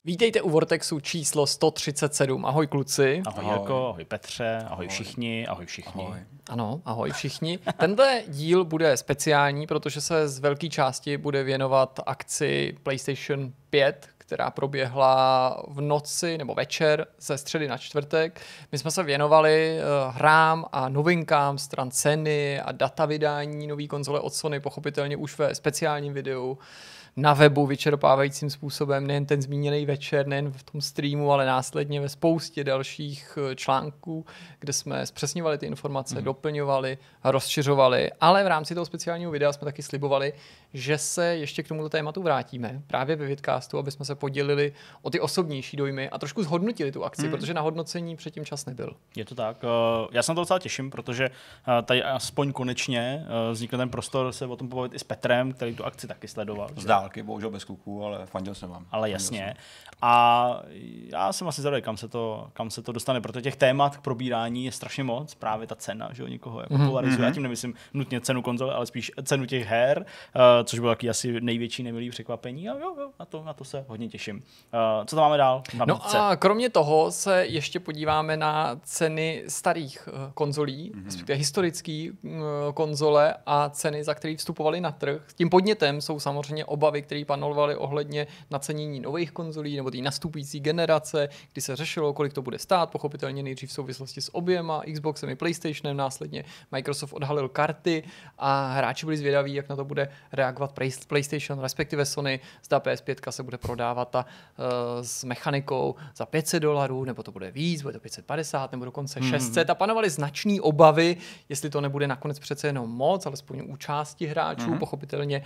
Vítejte u Vortexu číslo 137. Ahoj kluci. Ahoj Jirko, ahoj Petře, ahoj všichni, ahoj všichni. Ahoj. Ano, ahoj všichni. Tenhle díl bude speciální, protože se z velké části bude věnovat akci PlayStation 5, která proběhla v noci nebo večer ze středy na čtvrtek. My jsme se věnovali hrám a novinkám stran ceny a data vydání nový konzole od Sony, pochopitelně už ve speciálním videu na webu vyčerpávajícím způsobem, nejen ten zmíněný večer, nejen v tom streamu, ale následně ve spoustě dalších článků, kde jsme zpřesňovali ty informace, doplňovali a rozšiřovali, ale v rámci toho speciálního videa jsme taky slibovali, že se ještě k tomuto tématu vrátíme právě ve vidcastu, aby jsme se podělili o ty osobnější dojmy a trošku zhodnotili tu akci, protože na hodnocení předtím čas nebyl. Je to tak. Já se na to docela těším, protože tady aspoň konečně vznikl ten prostor se o tom pobavit i s Petrem, který tu akci taky sledoval. Z dálky, bohužel bez kluků, ale fandil jsem vám. Ale jasně. A já jsem asi zvědavý, kam se to dostane, protože těch témat k probírání je strašně moc. Právě ta cena, že jo, někoho jako polarizuje. Já tím nemyslím nutně cenu konzole, ale spíš cenu těch her, což bylo taky asi největší nemilý překvapení. A jo, na to se hodně těším. Co tam máme dál? No a kromě toho se ještě podíváme na ceny starých konzolí, respektive historické konzole a ceny, za které vstupovaly na trh. Tím podnětem jsou samozřejmě obavy, které panovaly ohledně nacenění nových konzolí nebo té nastupující generace, kdy se řešilo, kolik to bude stát, pochopitelně nejdřív v souvislosti s oběma Xboxem i PlayStationem, následně Microsoft odhalil karty a hráči byli zvědaví, jak na to bude reagovat PlayStation, respektive Sony, zda PS5 se bude prodávat s mechanikou za $500, nebo to bude víc, bude to 550, nebo dokonce 600 a panovaly značné obavy, jestli to nebude nakonec přece jenom moc, alespoň u části hráčů, pochopitelně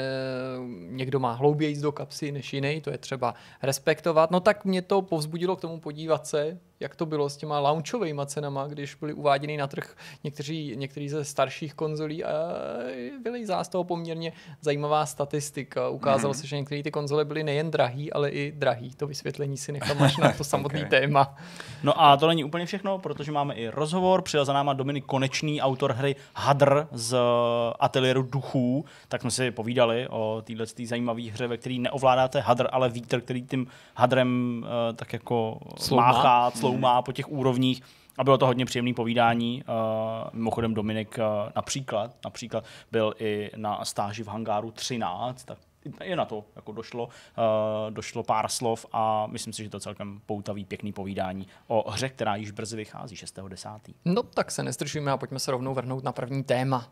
někdo má hlouběji do kapsy než jiný, to je třeba respektovat. No tak mě to povzbudilo k tomu podívat se, jak to bylo s těma launchovejma cenama, když byly uváděny na trh některý ze starších konzolí a vylejzá z toho poměrně zajímavá statistika. Ukázalo se, že některé ty konzole byly nejen drahý, ale i drahý. To vysvětlení si nechám až na to samotný téma. No a to není úplně všechno, protože máme i rozhovor. Přijel za náma Dominik Konečný, autor hry Hadr z ateliéru duchů. Tak jsme si povídali o této zajímavé hře, ve které neovládáte hadr, ale vítr, který tím hadrem tak jako máchá, sloumá po těch úrovních. A bylo to hodně příjemné povídání. Mimochodem Dominik například byl i na stáži v hangáru 13, tak je na to jako došlo pár slov a myslím si, že to celkem poutavý, pěkný povídání o hře, která již brzy vychází 6.10. No tak se nezdržujeme a pojďme se rovnou vrhnout na první téma.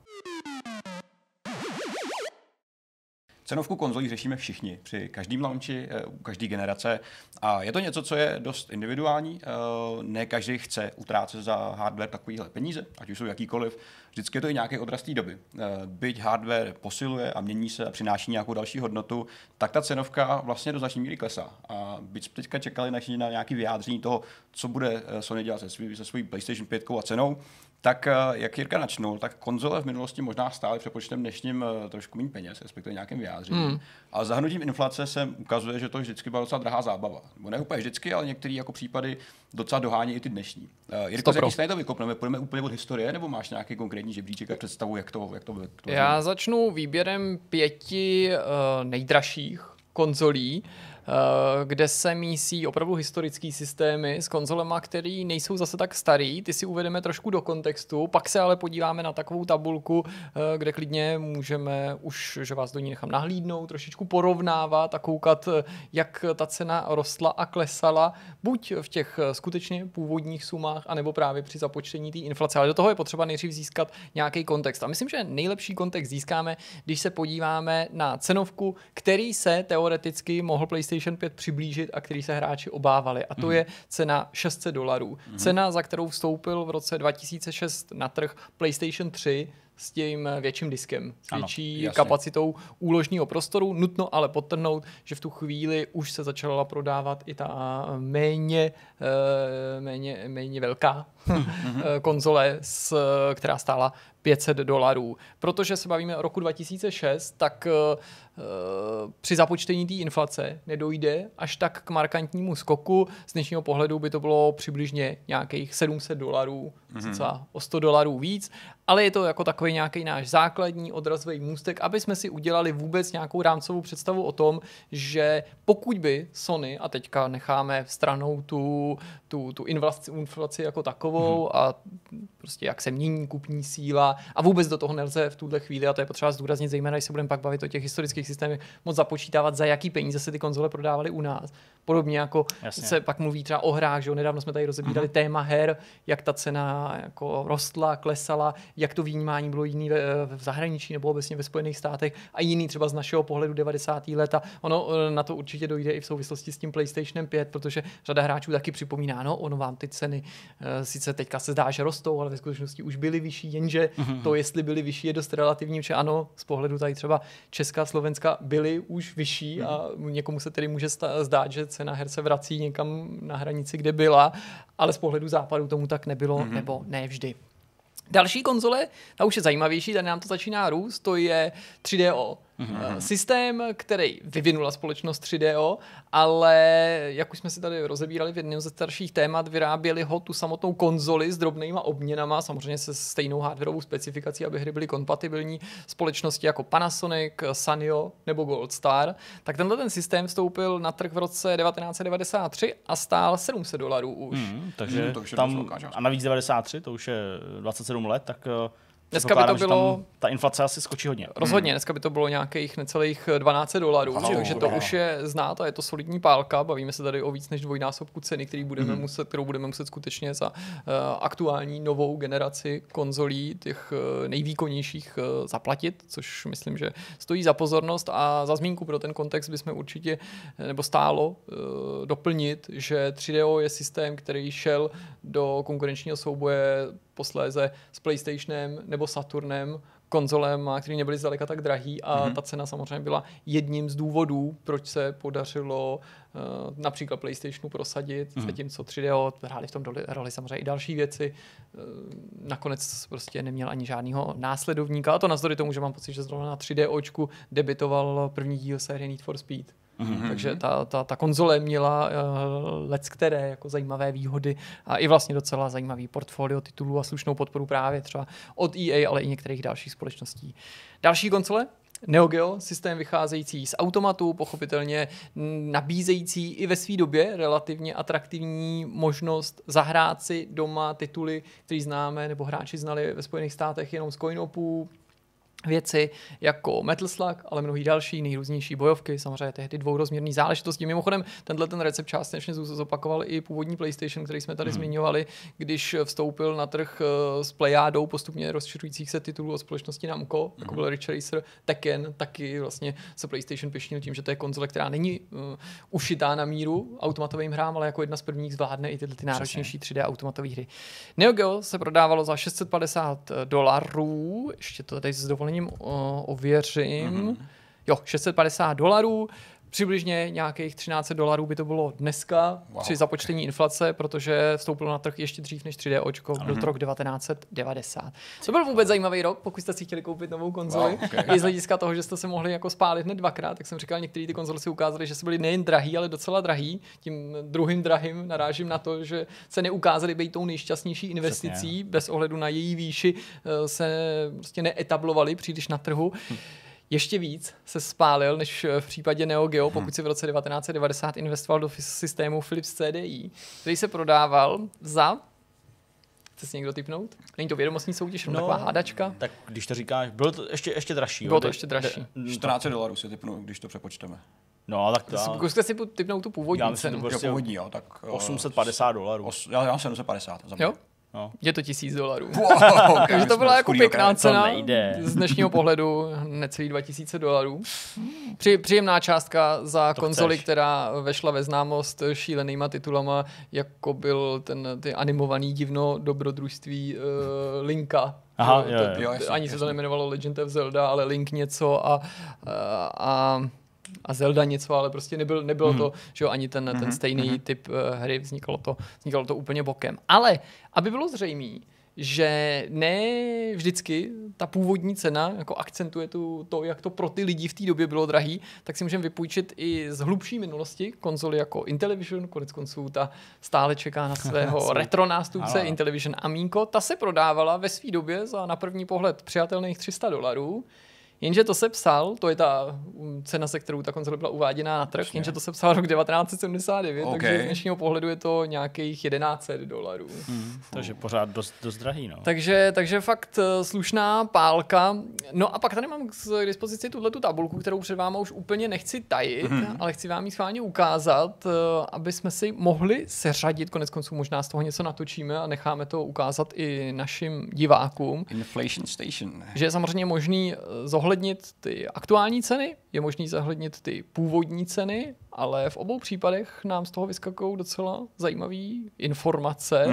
Cenovku konzolí řešíme všichni při každém launchi, u každé generace a je to něco, co je dost individuální. Ne každý chce utrácet za hardware takovýhle peníze, ať už jsou jakýkoliv. Vždycky je to i nějaký odraz té doby. Byť hardware posiluje a mění se a přináší nějakou další hodnotu, tak ta cenovka vlastně do značné míry klesá. A byť jsme teďka čekali na nějaké vyjádření toho, co bude Sony dělat se svojí PlayStation 5 a cenou, tak jak Jirka načnul, tak konzole v minulosti možná stály přepočtem dnešním trošku méně peněz, respektive nějakým vyjádřením. Ale zahrnutím inflace se ukazuje, že to vždycky byla docela drahá zábava. Nebo ne úplně vždycky, ale některé jako případy docela dohání i ty dnešní. Jirko, z jaký strany to vykopneme? Půjdeme úplně od historie, nebo máš nějaký konkrétní žebříček a představu, jak to Já začnu výběrem 5 nejdražších konzolí, kde se mísí opravdu historický systémy s konzolema, které nejsou zase tak starý. Ty si uvedeme trošku do kontextu, pak se ale podíváme na takovou tabulku, kde klidně můžeme už, že vás do ní nechám nahlídnout, trošičku porovnávat a koukat, jak ta cena rostla a klesala, buď v těch skutečně původních sumách, anebo právě při započtení té inflace. Ale do toho je potřeba nejdřív získat nějaký kontext. A myslím, že nejlepší kontext získáme, když se podíváme na cenovku, který se teoreticky mohl PlayStation 5 přiblížit a který se hráči obávali. A to je cena $600. Cena, za kterou vstoupil v roce 2006 na trh PlayStation 3 s tím větším diskem, s větší kapacitou úložního prostoru. Nutno ale podtrhnout, že v tu chvíli už se začala prodávat i ta méně velká konzole, která stála $500. Protože se bavíme o roku 2006, tak při započtení té inflace nedojde až tak k markantnímu skoku. Z dnešního pohledu by to bylo přibližně nějakých $700, cca o $100 víc, ale je to jako takový nějaký náš základní odrazový můstek, aby jsme si udělali vůbec nějakou rámcovou představu o tom, že pokud by Sony, a teďka necháme stranou tu inflaci jako takovou a prostě jak se mění kupní síla a vůbec do toho nelze v tuhle chvíli, a to je potřeba zdůraznit, zejména když se budeme pak bavit o těch historických systémech, moc započítávat, za jaký peníze se ty konzole prodávaly u nás. Podobně jako se pak mluví třeba o hrách, že jo, nedávno jsme tady rozebírali téma her, jak ta cena jako rostla, klesala, jak to vnímání bylo jiný v zahraničí nebo obecně ve Spojených státech a jiný třeba z našeho pohledu 90. let. A ono na to určitě dojde i v souvislosti s tím PlayStationem 5, protože řada hráčů taky připomíná, no, ono vám ty ceny sice teďka se zdá, že rostou, ale ve skutečnosti už byly vyšší, jenže to, jestli byly vyšší, je dost relativní, že ano, z pohledu tady třeba Česka, Slovenska byly už vyšší a někomu se tedy může zdát, že cena her se vrací někam na hranici, kde byla, ale z pohledu západu tomu tak nebylo, nebo ne vždy. Další konzole, ta už je zajímavější, tady nám to začíná růst, to je 3DO. Systém, který vyvinula společnost 3DO, ale jak už jsme si tady rozebírali v jednom ze starších témat, vyráběli ho tu samotnou konzoli s drobnýma obměnama, samozřejmě se stejnou hardwarovou specifikací, aby hry byly kompatibilní společnosti jako Panasonic, Sanyo nebo Gold Star. Tak tenhle ten systém vstoupil na trh v roce 1993 a stál $700 už. Takže to už je tam, a navíc 93, to už je 27 let, tak dneska by to bylo... Ta inflace asi skočí hodně. Rozhodně, dneska by to bylo nějakých necelých $12, takže to už je znát a je to solidní pálka. Bavíme se tady o víc než dvojnásobku ceny, kterou budeme muset skutečně za aktuální novou generaci konzolí, těch nejvýkonnějších zaplatit, což myslím, že stojí za pozornost a za zmínku pro ten kontext bychom určitě, nebo stálo doplnit, že 3DO je systém, který šel do konkurenčního souboje posléze s PlayStationem nebo Saturnem, konzolem, který nebyly zdaleka tak drahý a ta cena samozřejmě byla jedním z důvodů, proč se podařilo například PlayStationu prosadit, zatímco 3DO hráli v tom roli samozřejmě i další věci. Nakonec prostě neměl ani žádného následovníka a to navzdory tomu, že mám pocit, že zrovna na 3DOčku debitoval první díl série Need for Speed. Takže ta konzole měla leckteré jako zajímavé výhody a i vlastně docela zajímavý portfolio titulů a slušnou podporu právě třeba od EA, ale i některých dalších společností. Další konzole? Neo Geo, systém vycházející z automatu, pochopitelně nabízející i ve své době relativně atraktivní možnost zahrát si doma tituly, které známe nebo hráči znali ve Spojených státech jenom z coin-opů, věci jako Metal Slug, ale mnohý další nejrůznější bojovky, samozřejmě tehdy dvourozměrný záležitosti. Mimochodem, tenhle ten recept částečně zopakoval i původní PlayStation, který jsme tady zmiňovali, když vstoupil na trh s plejádou postupně rozšiřujících se titulů od společnosti Namco, jako byl Ridge Racer, Tekken, taky vlastně se PlayStation pyšnil tím, že to je konzole, která není ušitá na míru automatovým hrám, ale jako jedna z prvních zvládne i tyhle ty náročnější 3D automatové hry. Neo Geo se prodávalo za $650, ještě to tady s dovolením ověřím. Jo, $650. Přibližně nějakých $1300 by to bylo dneska při započtení inflace, protože vstoupilo na trh ještě dřív než 3DOčko, byl to rok 1990. Co byl vůbec zajímavý rok, pokud jste si chtěli koupit novou konzoli. I z hlediska toho, že jste se mohli jako spálit hned dvakrát, tak jsem říkal, některé ty konzole si ukázaly, že se byly nejen drahý, ale docela drahý. Tím druhým drahým narážím na to, že se neukázaly být tou nejšťastnější investicí, bez ohledu na její výši se prostě neetablovaly příliš na trhu. Ještě víc se spálil, než v případě Neo Geo, pokud si v roce 1990 investoval do systému Philips CDI, který se prodával za... Chce si někdo tipnout? Není to vědomostní soutěž, taková hádačka? Tak když to říkáš, bylo to ještě dražší. Bylo to ještě dražší. $14 si tipnu, když to přepočteme. No, tak to... Zkuste si tipnout tu původní cenu. Prostě původní, jo, tak... $850. Já mám 750 za mě. Jo? No. Je to $1000. Wow, takže to byla jako pěkná cena. Nejde. Z dnešního pohledu necelých $2000. Příjemná částka za konzoli, která vešla ve známost šílenýma titulama, jako byl ty animovaný divno dobrodružství Linka. Aha, jo, ani se to nejmenovalo Legend of Zelda, ale Link něco a Zelda něco, ale prostě nebylo to, že jo, ani ten stejný typ hry, vznikalo to úplně bokem. Ale aby bylo zřejmé, že ne vždycky ta původní cena jako akcentuje to, jak to pro ty lidi v té době bylo drahý, tak si můžeme vypůjčit i z hlubší minulosti konzoly jako Intellivision, konec konců ta stále čeká na svého retro nástupce Intellivision Amico. Ta se prodávala ve své době za na první pohled přijatelných $300, jenže to se psal, to je ta cena, se kterou ta konzole byla uváděná na trh, jenže to se psal rok 1979, takže z dnešního pohledu je to nějakých $1100. Takže pořád dost drahý, no. Takže fakt slušná pálka. No a pak tady mám k dispozici tuhletu tabulku, kterou před váma už úplně nechci tajit, ale chci vám ji schválně ukázat, aby jsme si mohli seřadit, konec konců možná z toho něco natočíme a necháme to ukázat i našim divákům. Inflation Station. Že je samozřejmě možný zohlednit ty aktuální ceny, je možný zohlednit ty původní ceny, ale v obou případech nám z toho vyskakují docela zajímavé informace.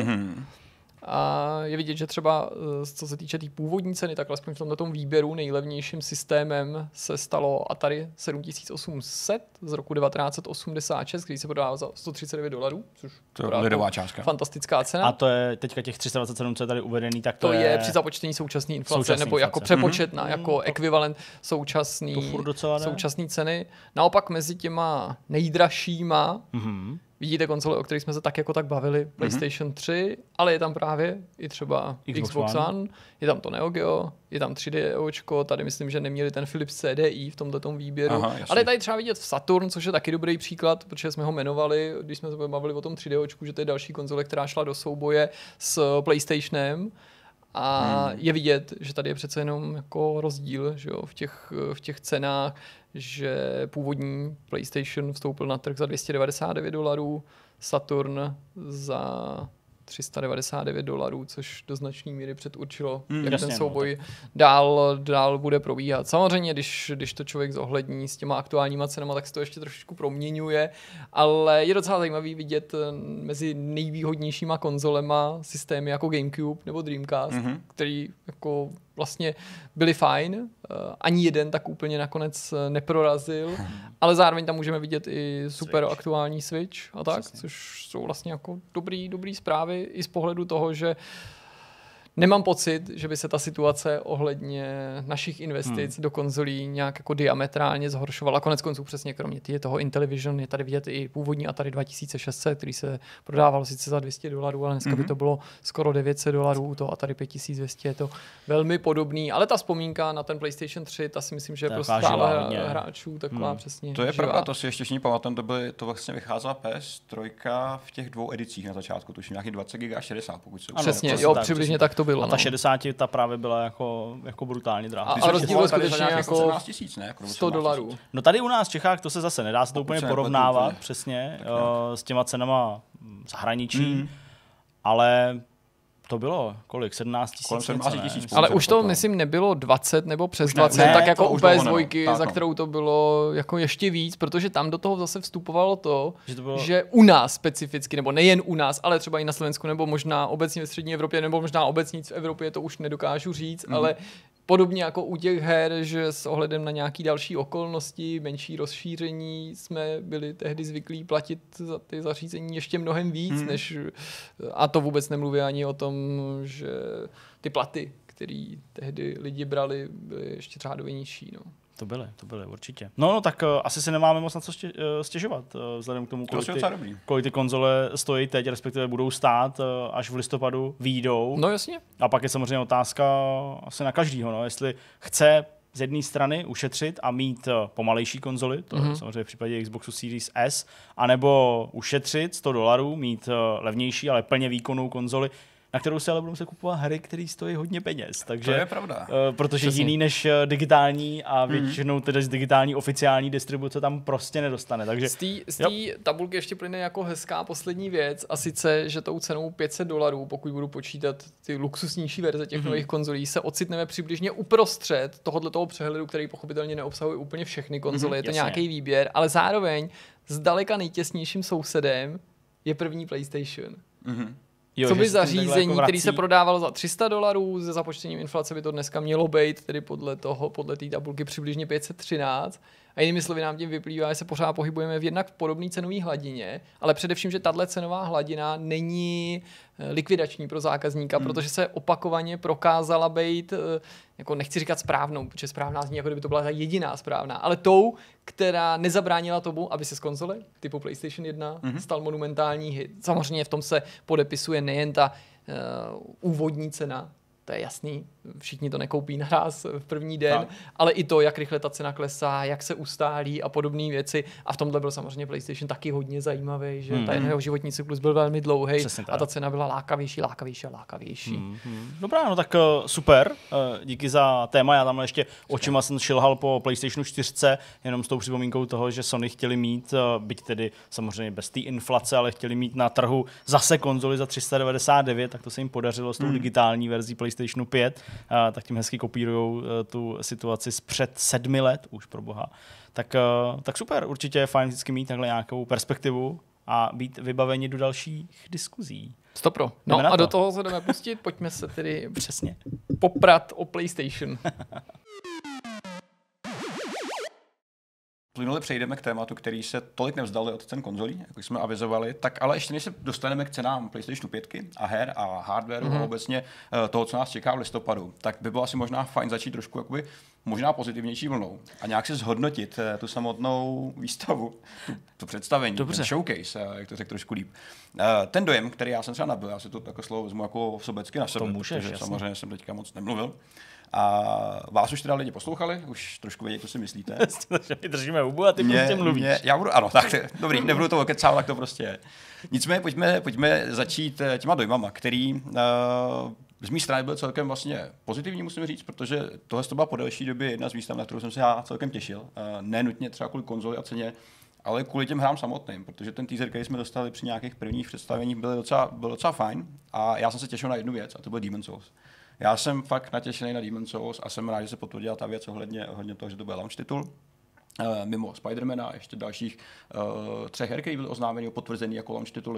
A je vidět, že třeba co se týče té původní ceny, tak alespoň v tomto výběru nejlevnějším systémem se stalo Atari 7800 z roku 1986, který se prodával za $139, což to je lidová částka. Fantastická cena. A to je teďka těch 327, co je tady uvedený, tak to je při započtení současné inflace, nebo jako přepočet na jako ekvivalent současné ceny. Naopak mezi těma nejdražšíma vidíte konzole, o kterých jsme se tak jako tak bavili, PlayStation 3, ale je tam právě i třeba Xbox One, je tam to Neo Geo, je tam 3DOčko, tady myslím, že neměli ten Philips CDI v tomhletom výběru, ale je tady třeba vidět v Saturn, což je taky dobrý příklad, protože jsme ho jmenovali, když jsme se bavili o tom 3DOčku, že to je další konzole, která šla do souboje s PlayStationem. A je vidět, že tady je přece jenom jako rozdíl, že jo, v těch cenách, že původní PlayStation vstoupil na trh za $299, Saturn za $399, což do značné míry předurčilo, jak ten souboj dál bude probíhat. Samozřejmě, když to člověk zohlední s těma aktuálníma cenama, tak se to ještě trošičku proměňuje, ale je docela zajímavý vidět mezi nejvýhodnějšíma konzolema systémy jako GameCube nebo Dreamcast, který jako vlastně byly fajn, ani jeden tak úplně nakonec neprorazil, ale zároveň tam můžeme vidět i super aktuální Switch a tak, což jsou vlastně jako dobrý zprávy i z pohledu toho, že nemám pocit, že by se ta situace ohledně našich investic do konzolí nějak jako diametrálně zhoršovala. Konec konců přesně kromě toho Intellivision je tady vidět i původní Atari 2600, který se prodával sice za $200, ale dneska by to bylo skoro $900, to Atari 5200 je to velmi podobný, ale ta vzpomínka na ten PlayStation 3, ta si myslím, že je prostě stále hráčů taková přesně. To je pravda, to si ještě pamatuju, to vlastně vycházela PS3 v těch dvou edicích na začátku, tuším nějaký 20 GB a 60, pokud se přesně, jo, přibližně tak to bylo. A ta 60 ta právě byla jako brutálně drahá. A rozdíl byl skutečně jako $17 000, ne? $100. No tady u nás v Čechách to se zase nedá se to úplně porovnávat přesně s těma cenama zahraničí, ale to bylo kolik? 17 000? Ale už to, myslím, nebylo 20 nebo přes 20, tak jako u PS2, za kterou to bylo jako ještě víc, protože tam do toho zase vstupovalo to, že u nás specificky, nebo nejen u nás, ale třeba i na Slovensku, nebo možná obecně ve střední Evropě, nebo možná obecně v Evropě, to už nedokážu říct, ale podobně jako u těch her, že s ohledem na nějaké další okolnosti, menší rozšíření, jsme byli tehdy zvyklí platit za ty zařízení ještě mnohem víc, než, a to vůbec nemluví ani o tom, že ty platy, které tehdy lidi brali, byly ještě řádově nižší. No. To byly určitě. No, tak asi si nemáme moc na co stěžovat, vzhledem k tomu, kolik ty konzole stojí teď, respektive budou stát, až v listopadu vyjdou. No jasně. A pak je samozřejmě otázka asi na každýho, no, jestli chce z jedné strany ušetřit a mít pomalejší konzoli, to je samozřejmě v případě Xboxu Series S, anebo ušetřit $100, mít levnější, ale plně výkonnou konzoli, na kterou se ale budou se kupovat hry, které stojí hodně peněz. Takže, to je pravda. Protože jiný než digitální a většinou tedy z digitální oficiální distribuce tam prostě nedostane. Takže, z té tabulky ještě plyne jako hezká poslední věc, a sice, že tou cenou $500, pokud budu počítat ty luxusnější verze těch nových konzolí, se ocitneme přibližně uprostřed tohoto přehledu, který pochopitelně neobsahuje úplně všechny konzole, je to nějaký výběr, ale zároveň zdaleka nejtěsnějším sousedem je první PlayStation. Co by zařízení, který se prodávalo za $300, se započtením inflace by to dneska mělo být, tedy podle té tabulky přibližně 513. A jinými slovy nám tím vyplývá, že se pořád pohybujeme v jednak podobné cenové hladině, ale především, že tahle cenová hladina není likvidační pro zákazníka, protože se opakovaně prokázala být, jako nechci říkat správnou, protože správná zní, jako kdyby to byla ta jediná správná, ale tou, která nezabránila tomu, aby se z konzole typu PlayStation 1 stal monumentální hit. Samozřejmě v tom se podepisuje nejen ta úvodní cena, to je jasný, všichni to nekoupí naraz v první den, tak. Ale i to, jak rychle ta cena klesá, jak se ustálí a podobné věci. A v tomhle byl samozřejmě PlayStation taky hodně zajímavý, že ta jeho životní cyklus byl velmi dlouhý a ta cena byla lákavější. Dobrá, no tak super, díky za téma. Já tam ještě očima jsem šilhal po PlayStationu 4, jenom s tou připomínkou toho, že Sony chtěli mít, byť tedy samozřejmě bez té inflace, ale chtěli mít na trhu zase konzoli za 399, tak to se jim podařilo s tou digitální verzí PlayStationu 5, tak tím hezky kopírujou tu situaci z před 7 let, už pro boha. Tak super, určitě je fajn vždycky mít takhle nějakou perspektivu a být vybaveni do dalších diskuzí. Stopro. No a do toho se jdeme pustit, pojďme se tedy přesně poprat o PlayStation. Plynule přejdeme k tématu, který se tolik nevzdali od cen konzolí, jako jsme avizovali, tak ale ještě než se dostaneme k cenám PlayStation 5 a her a hardwareu a obecně toho, co nás čeká v listopadu, tak by bylo asi možná fajn začít trošku jakoby možná pozitivnější vlnou a nějak si zhodnotit tu samotnou výstavu, tu představení, ten showcase, jak to řekl trošku líp. Ten dojem, který já jsem třeba nabyl, já si to jako slovo vezmu jako sobecky na sebe, protože samozřejmě jsem teďka moc nemluvil. A vás už teda lidi poslouchali, už trošku vědět, co si myslíte. Že my držíme hubu a ty prostě mluvíš. Já budu, ano, tak dobrý, nebudu to okecávat, tak to prostě je. Nicméně pojďme začít těma dojmama, který z mé strany byl celkem vlastně pozitivní, musím říct, protože tohle to byla po delší době jedna z výstav, na kterou jsem se já celkem těšil. Ne nutně třeba kvůli konzoli a ceně, ale kvůli těm hrám samotným, protože ten teaser, který jsme dostali při nějakých prvních představeních, byl docela fajn a já jsem se těšil na jednu věc a to byl Demon's Souls. Já jsem fakt natěšený na Demon's Souls a jsem rád, že se potvrdila ta věc ohledně toho, že to byl launch titul. Mimo Spidermana a ještě dalších 3 her, které byly oznámeny a potvrzený jako launch tituly.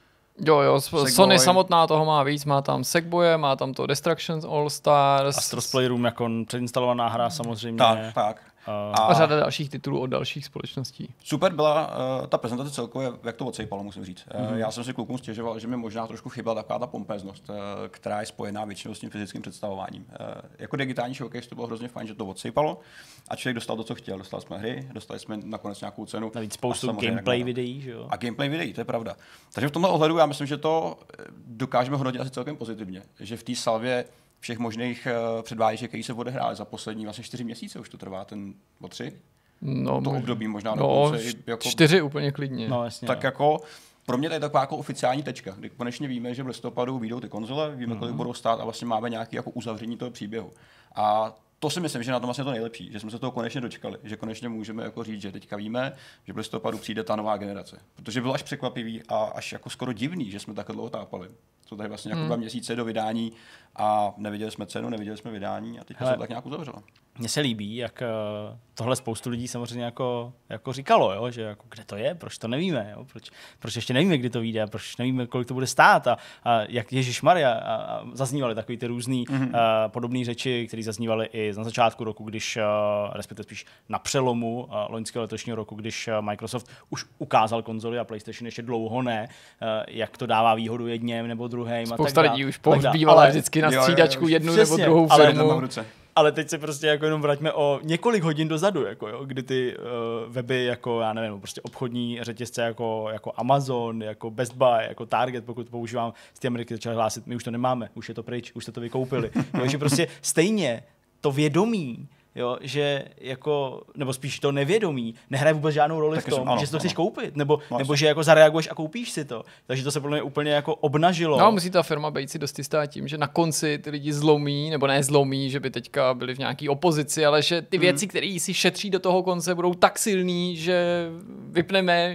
Jo, Sony samotná toho má víc, má tam Sackboye, má tam to Destruction All Stars. Astro's Playroom jako předinstalovaná hra samozřejmě. Tak. A řada dalších titulů od dalších společností. Super byla ta prezentace celkově, jak to odsejpalo, musím říct. Já jsem si klukům stěžoval, že mi možná trošku chyběla taková ta pompéznost, která je spojená většinou s tím fyzickým představováním. Jako digitální showcase to bylo hrozně fajn, že to odsejpalo a člověk dostal to, co chtěl. Dostali jsme hry, dostali jsme nakonec nějakou cenu. Navíc spoustu gameplay videí, že jo? A gameplay videí, to je pravda. Takže v tomhle ohledu já myslím, že to dokážeme hodnotit asi celkem pozitivně, že v té salvě všech možných předváděček, který se odehrály za poslední vlastně 4 měsíce, už to trvá o 3? No, to období možná dokonce. Jako 4 úplně klidně. No, jasně, tak jako pro mě to je taková jako oficiální tečka, kdy konečně víme, že v listopadu vyjdou ty konzole, víme, kolik budou stát a vlastně máme nějaké jako uzavření toho příběhu. A to si myslím, že na tom vlastně to nejlepší, že jsme se toho konečně dočkali, že konečně můžeme jako říct, že teďka víme, že v listopadu přijde ta nová generace. Protože bylo až překvapivý a až jako skoro divný, že jsme takhle dlouho tápali. Jsou tady vlastně jako 2 měsíce do vydání a neviděli jsme cenu, neviděli jsme vydání a teďka se to tak nějak uzavřelo. Mně se líbí, jak tohle spoustu lidí samozřejmě jako říkalo, jo? Že jako, kde to je, proč to nevíme, jo? Proč ještě nevíme, kdy to vyjde, proč nevíme, kolik to bude stát a jak Ježišmarja a zaznívaly takový ty různý podobné řeči, které zaznívaly i na začátku roku, když, respektive spíš na přelomu loňského letošního roku, když Microsoft už ukázal konzoli a PlayStation ještě dlouho ne, jak to dává výhodu jedním nebo druhým. Spousta lidí už pohřbívala vždycky na střídačku jednu nebo druhou firmu. Ale teď se prostě jako jenom vraťme o několik hodin dozadu, jako jo, kdy ty weby jako, já nevím, prostě obchodní řetězce jako Amazon, jako Best Buy, jako Target, pokud používám, z té Ameriky začali hlásit, my už to nemáme, už je to pryč, už jste to vykoupili. Jo, že prostě stejně to vědomí, jo, že jako, nebo spíš to nevědomí, nehraje vůbec žádnou roli tak v tom, že si to chceš koupit, nebo že jako zareaguješ a koupíš si to. Takže to se podle mě úplně jako obnažilo. No, musí ta firma být si dost jistá tím, že na konci ty lidi zlomí, nebo ne zlomí, že by teďka byli v nějaký opozici, ale že ty věci, které si šetří do toho konce, budou tak silný, že vypneme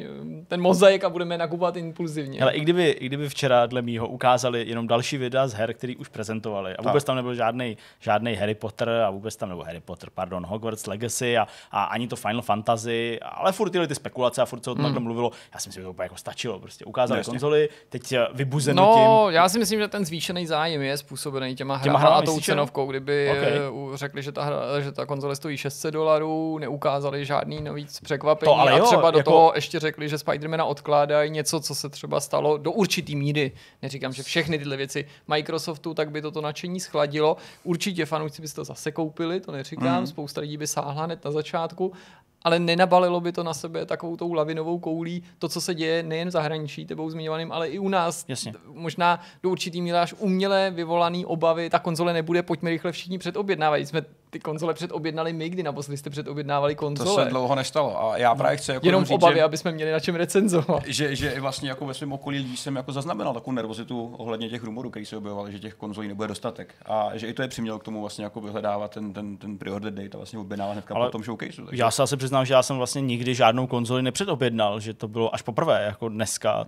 ten mozaik a budeme nakupovat impulzivně. Ale i kdyby včera dle mýho ukázali jenom další videa z her, který už prezentovali a vůbec tam nebyl žádný Harry Potter a vůbec tam nebyl Hogwarts Legacy a ani to Final Fantasy, ale furt ty spekulace a furt se o tom takhle mluvilo. Já si myslím, že to úplně jako stačilo. Prostě ukázali konzoli, teď vybuzeno tím. Já si myslím, že ten zvýšený zájem je způsobený těma hrama a tou cenovkou. Kdyby řekli, že ta konzole stojí $600, neukázali žádný navíc překvapení a třeba do toho ještě řekli, že Spidermana odkládají něco, co se třeba stalo do určitý míry. Neříkám, že všechny tyhle věci Microsoftu, tak by toto nadšení schladilo. Určitě fanoušci by si to zase koupili, to neříkám, spousta lidí by sáhla hned na začátku, ale nenabalilo by to na sebe takovou tou lavinovou koulí, to, co se děje nejen v zahraničí, tebou zmiňovaným, ale i u nás. Jasně. Možná do určitý míry až uměle vyvolaný obavy, ta konzole nebude, pojďme rychle všichni předobjednávat. Jsme ty konzole předobjednali my, kdy naposledy jste předobjednávali konzole. To se dlouho nestalo a já právě chci jako jenom říct, obavy, aby jsme měli na čem recenzovat. Že vlastně jako ve svém okolí lidí jsem jako zaznamenal takovou nervozitu ohledně těch rumorů, který se objevovaly, že těch konzolí nebude dostatek. A že i to je přimělo k tomu vlastně jako vyhledávat ten pre-order date a vlastně objednávat hnedka po tom showcaseu. Takže... Já se asi přiznám, že já jsem vlastně nikdy žádnou konzoli nepředobjednal, že to bylo až poprvé jako dneska,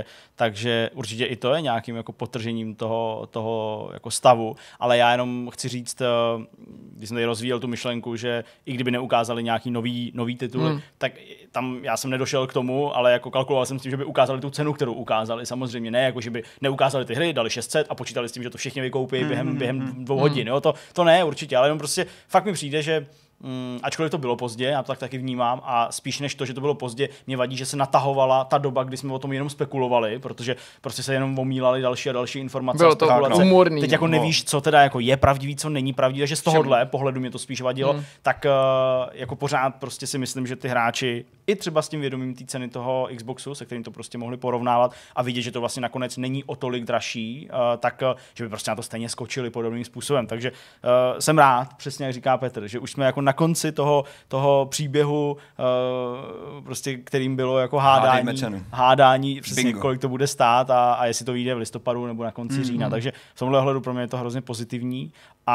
takže určitě i to je nějakým jako podtržením toho jako stavu, ale já jenom chci říct, když jsem tady rozvíjel tu myšlenku, že i kdyby neukázali nějaký nový tituly, tak tam já jsem nedošel k tomu, ale jako kalkuloval jsem s tím, že by ukázali tu cenu, kterou ukázali. Samozřejmě ne, jako že by neukázali ty hry, dali 600 a počítali s tím, že to všichni vykoupí během 2 hodin. Jo? To ne, určitě, ale jenom prostě fakt mi přijde, že ačkoliv to bylo pozdě, já to tak taky vnímám a spíš než to, že to bylo pozdě, mě vadí, že se natahovala ta doba, kdy jsme o tom jenom spekulovali, protože prostě se jenom omílali další a další informace. Bylo to humorný. Teď jako nevíš, co teda jako je pravdivý, co není pravdivý, takže z tohohle pohledu mě to spíš vadilo, tak jako pořád prostě si myslím, že ty hráči i třeba s tím vědomím té ceny toho Xboxu, se kterým to prostě mohli porovnávat a vidět, že to vlastně nakonec není o tolik dražší, tak že by prostě na to stejně skočili podobným způsobem. Takže jsem rád, přesně jak říká Petr, že už jsme jako na konci toho příběhu, prostě, kterým bylo jako hádání přesně, kolik to bude stát a jestli to vyjde v listopadu nebo na konci října. Takže v tomhle ohledu pro mě je to hrozně pozitivní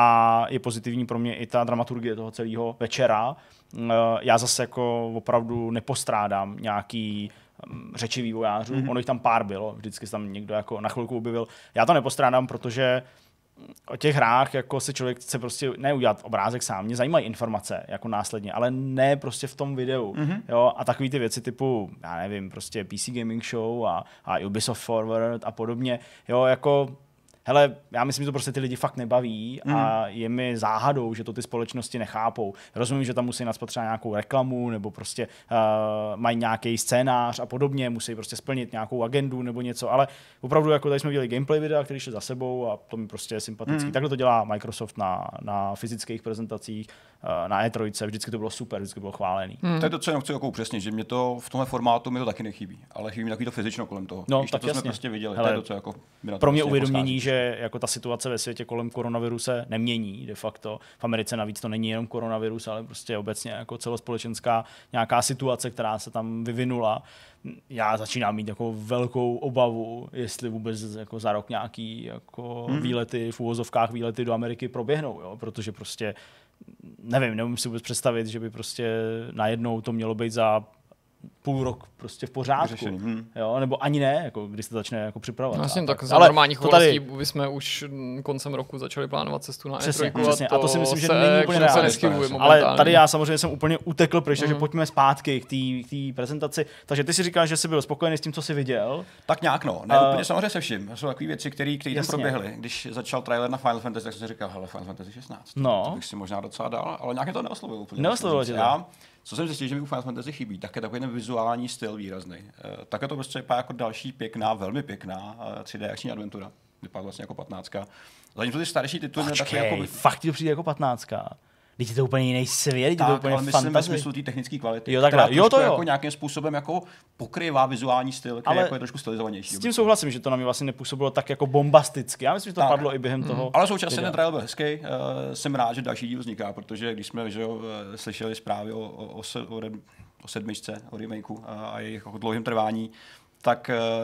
a je pozitivní pro mě i ta dramaturgie toho celého večera. Já zase jako opravdu nepostrádám nějaký řeči vývojářů. Ono jich tam pár bylo, vždycky se tam někdo jako na chvilku objevil. Já to nepostrádám, protože o těch hrách jako se člověk chce prostě neudělat obrázek sám. Mě zajímají informace jako následně, ale ne prostě v tom videu. Jo? A takový ty věci typu, já nevím, prostě PC Gaming Show a Ubisoft Forward a podobně. Jo, jako hele, já myslím, že to prostě ty lidi fakt nebaví a je mi záhadou, že to ty společnosti nechápou. Rozumím, že tam musí naspat třeba nějakou reklamu nebo prostě mají nějaký scénář a podobně, musí prostě splnit nějakou agendu nebo něco, ale opravdu jako tady jsme viděli gameplay videa, který šli za sebou a to mi prostě je sympatický. Takhle to dělá Microsoft na fyzických prezentacích, na E3, vždycky to bylo super, vždycky bylo chválený. To je to, co jenom chci jako upřesnit, že mě to v tomhle formátu mi to taky nechybí, ale chybí mi takový to fyzično kolem toho. No, Víš, tak to jasně. jsme prostě viděli. Hele, to je to, co jako pro mě uvědomění, že jako ta situace ve světě kolem koronaviru se nemění de facto. V Americe navíc to není jenom koronavirus, ale prostě obecně jako celospolečenská nějaká situace, která se tam vyvinula. Já začínám mít jako velkou obavu, jestli vůbec jako za rok nějaký jako výlety v uvozovkách výlety do Ameriky proběhnou, jo? Protože prostě nevím si vůbec představit, že by prostě najednou to mělo být za půl rok prostě v pořádku. Jo? Nebo ani ne, jako, když se začne jako připravovat. Vlastně tak za normálních okolností bychom už koncem roku začali plánovat cestu na přesně, E3. Přesně. A to si myslím, že není úplně reálné. Ale tady já samozřejmě jsem úplně utekl pryč, takže pojďme zpátky k té prezentaci. Takže ty si říkal, že jsi byl spokojený s tím, co jsi viděl. Tak nějak no, ne úplně samozřejmě se vším. Jsou takové věci, které tam proběhly. Když začal trailer na Final Fantasy, tak jsem si říkal, hele, Final Fantasy 16. No. To bych si možná docela dal, ale nějak mě to neoslovilo úplně. Neoslovilo tě to. Co jsem zjistil, že mi u Final Fantasy chybí, tak je takový ten vizuální styl výrazný. Tak je to prostě jako další pěkná, velmi pěkná 3D akční adventura. Vypadá vlastně jako 15. Zatímco ty starší tituly měly takový jako... fakt ti to přijde jako 15. Teď je to úplně jiný svět, to je úplně ale myslím ve smyslu té technické kvality. Jo, takhle. Jo, to jo. Jako nějakým způsobem jako pokrývá vizuální styl, který jako je trošku stylizovanější. S tím souhlasím, že to na mě vlastně nepůsobilo tak jako bombasticky. Já myslím, že to padlo i během toho. Ale současně ten trailer byl hezký. Jsem rád, že další díl vzniká, protože když jsme slyšeli zprávy o sedmičce, o remakeu a jejich jako dlouhém trvání, tak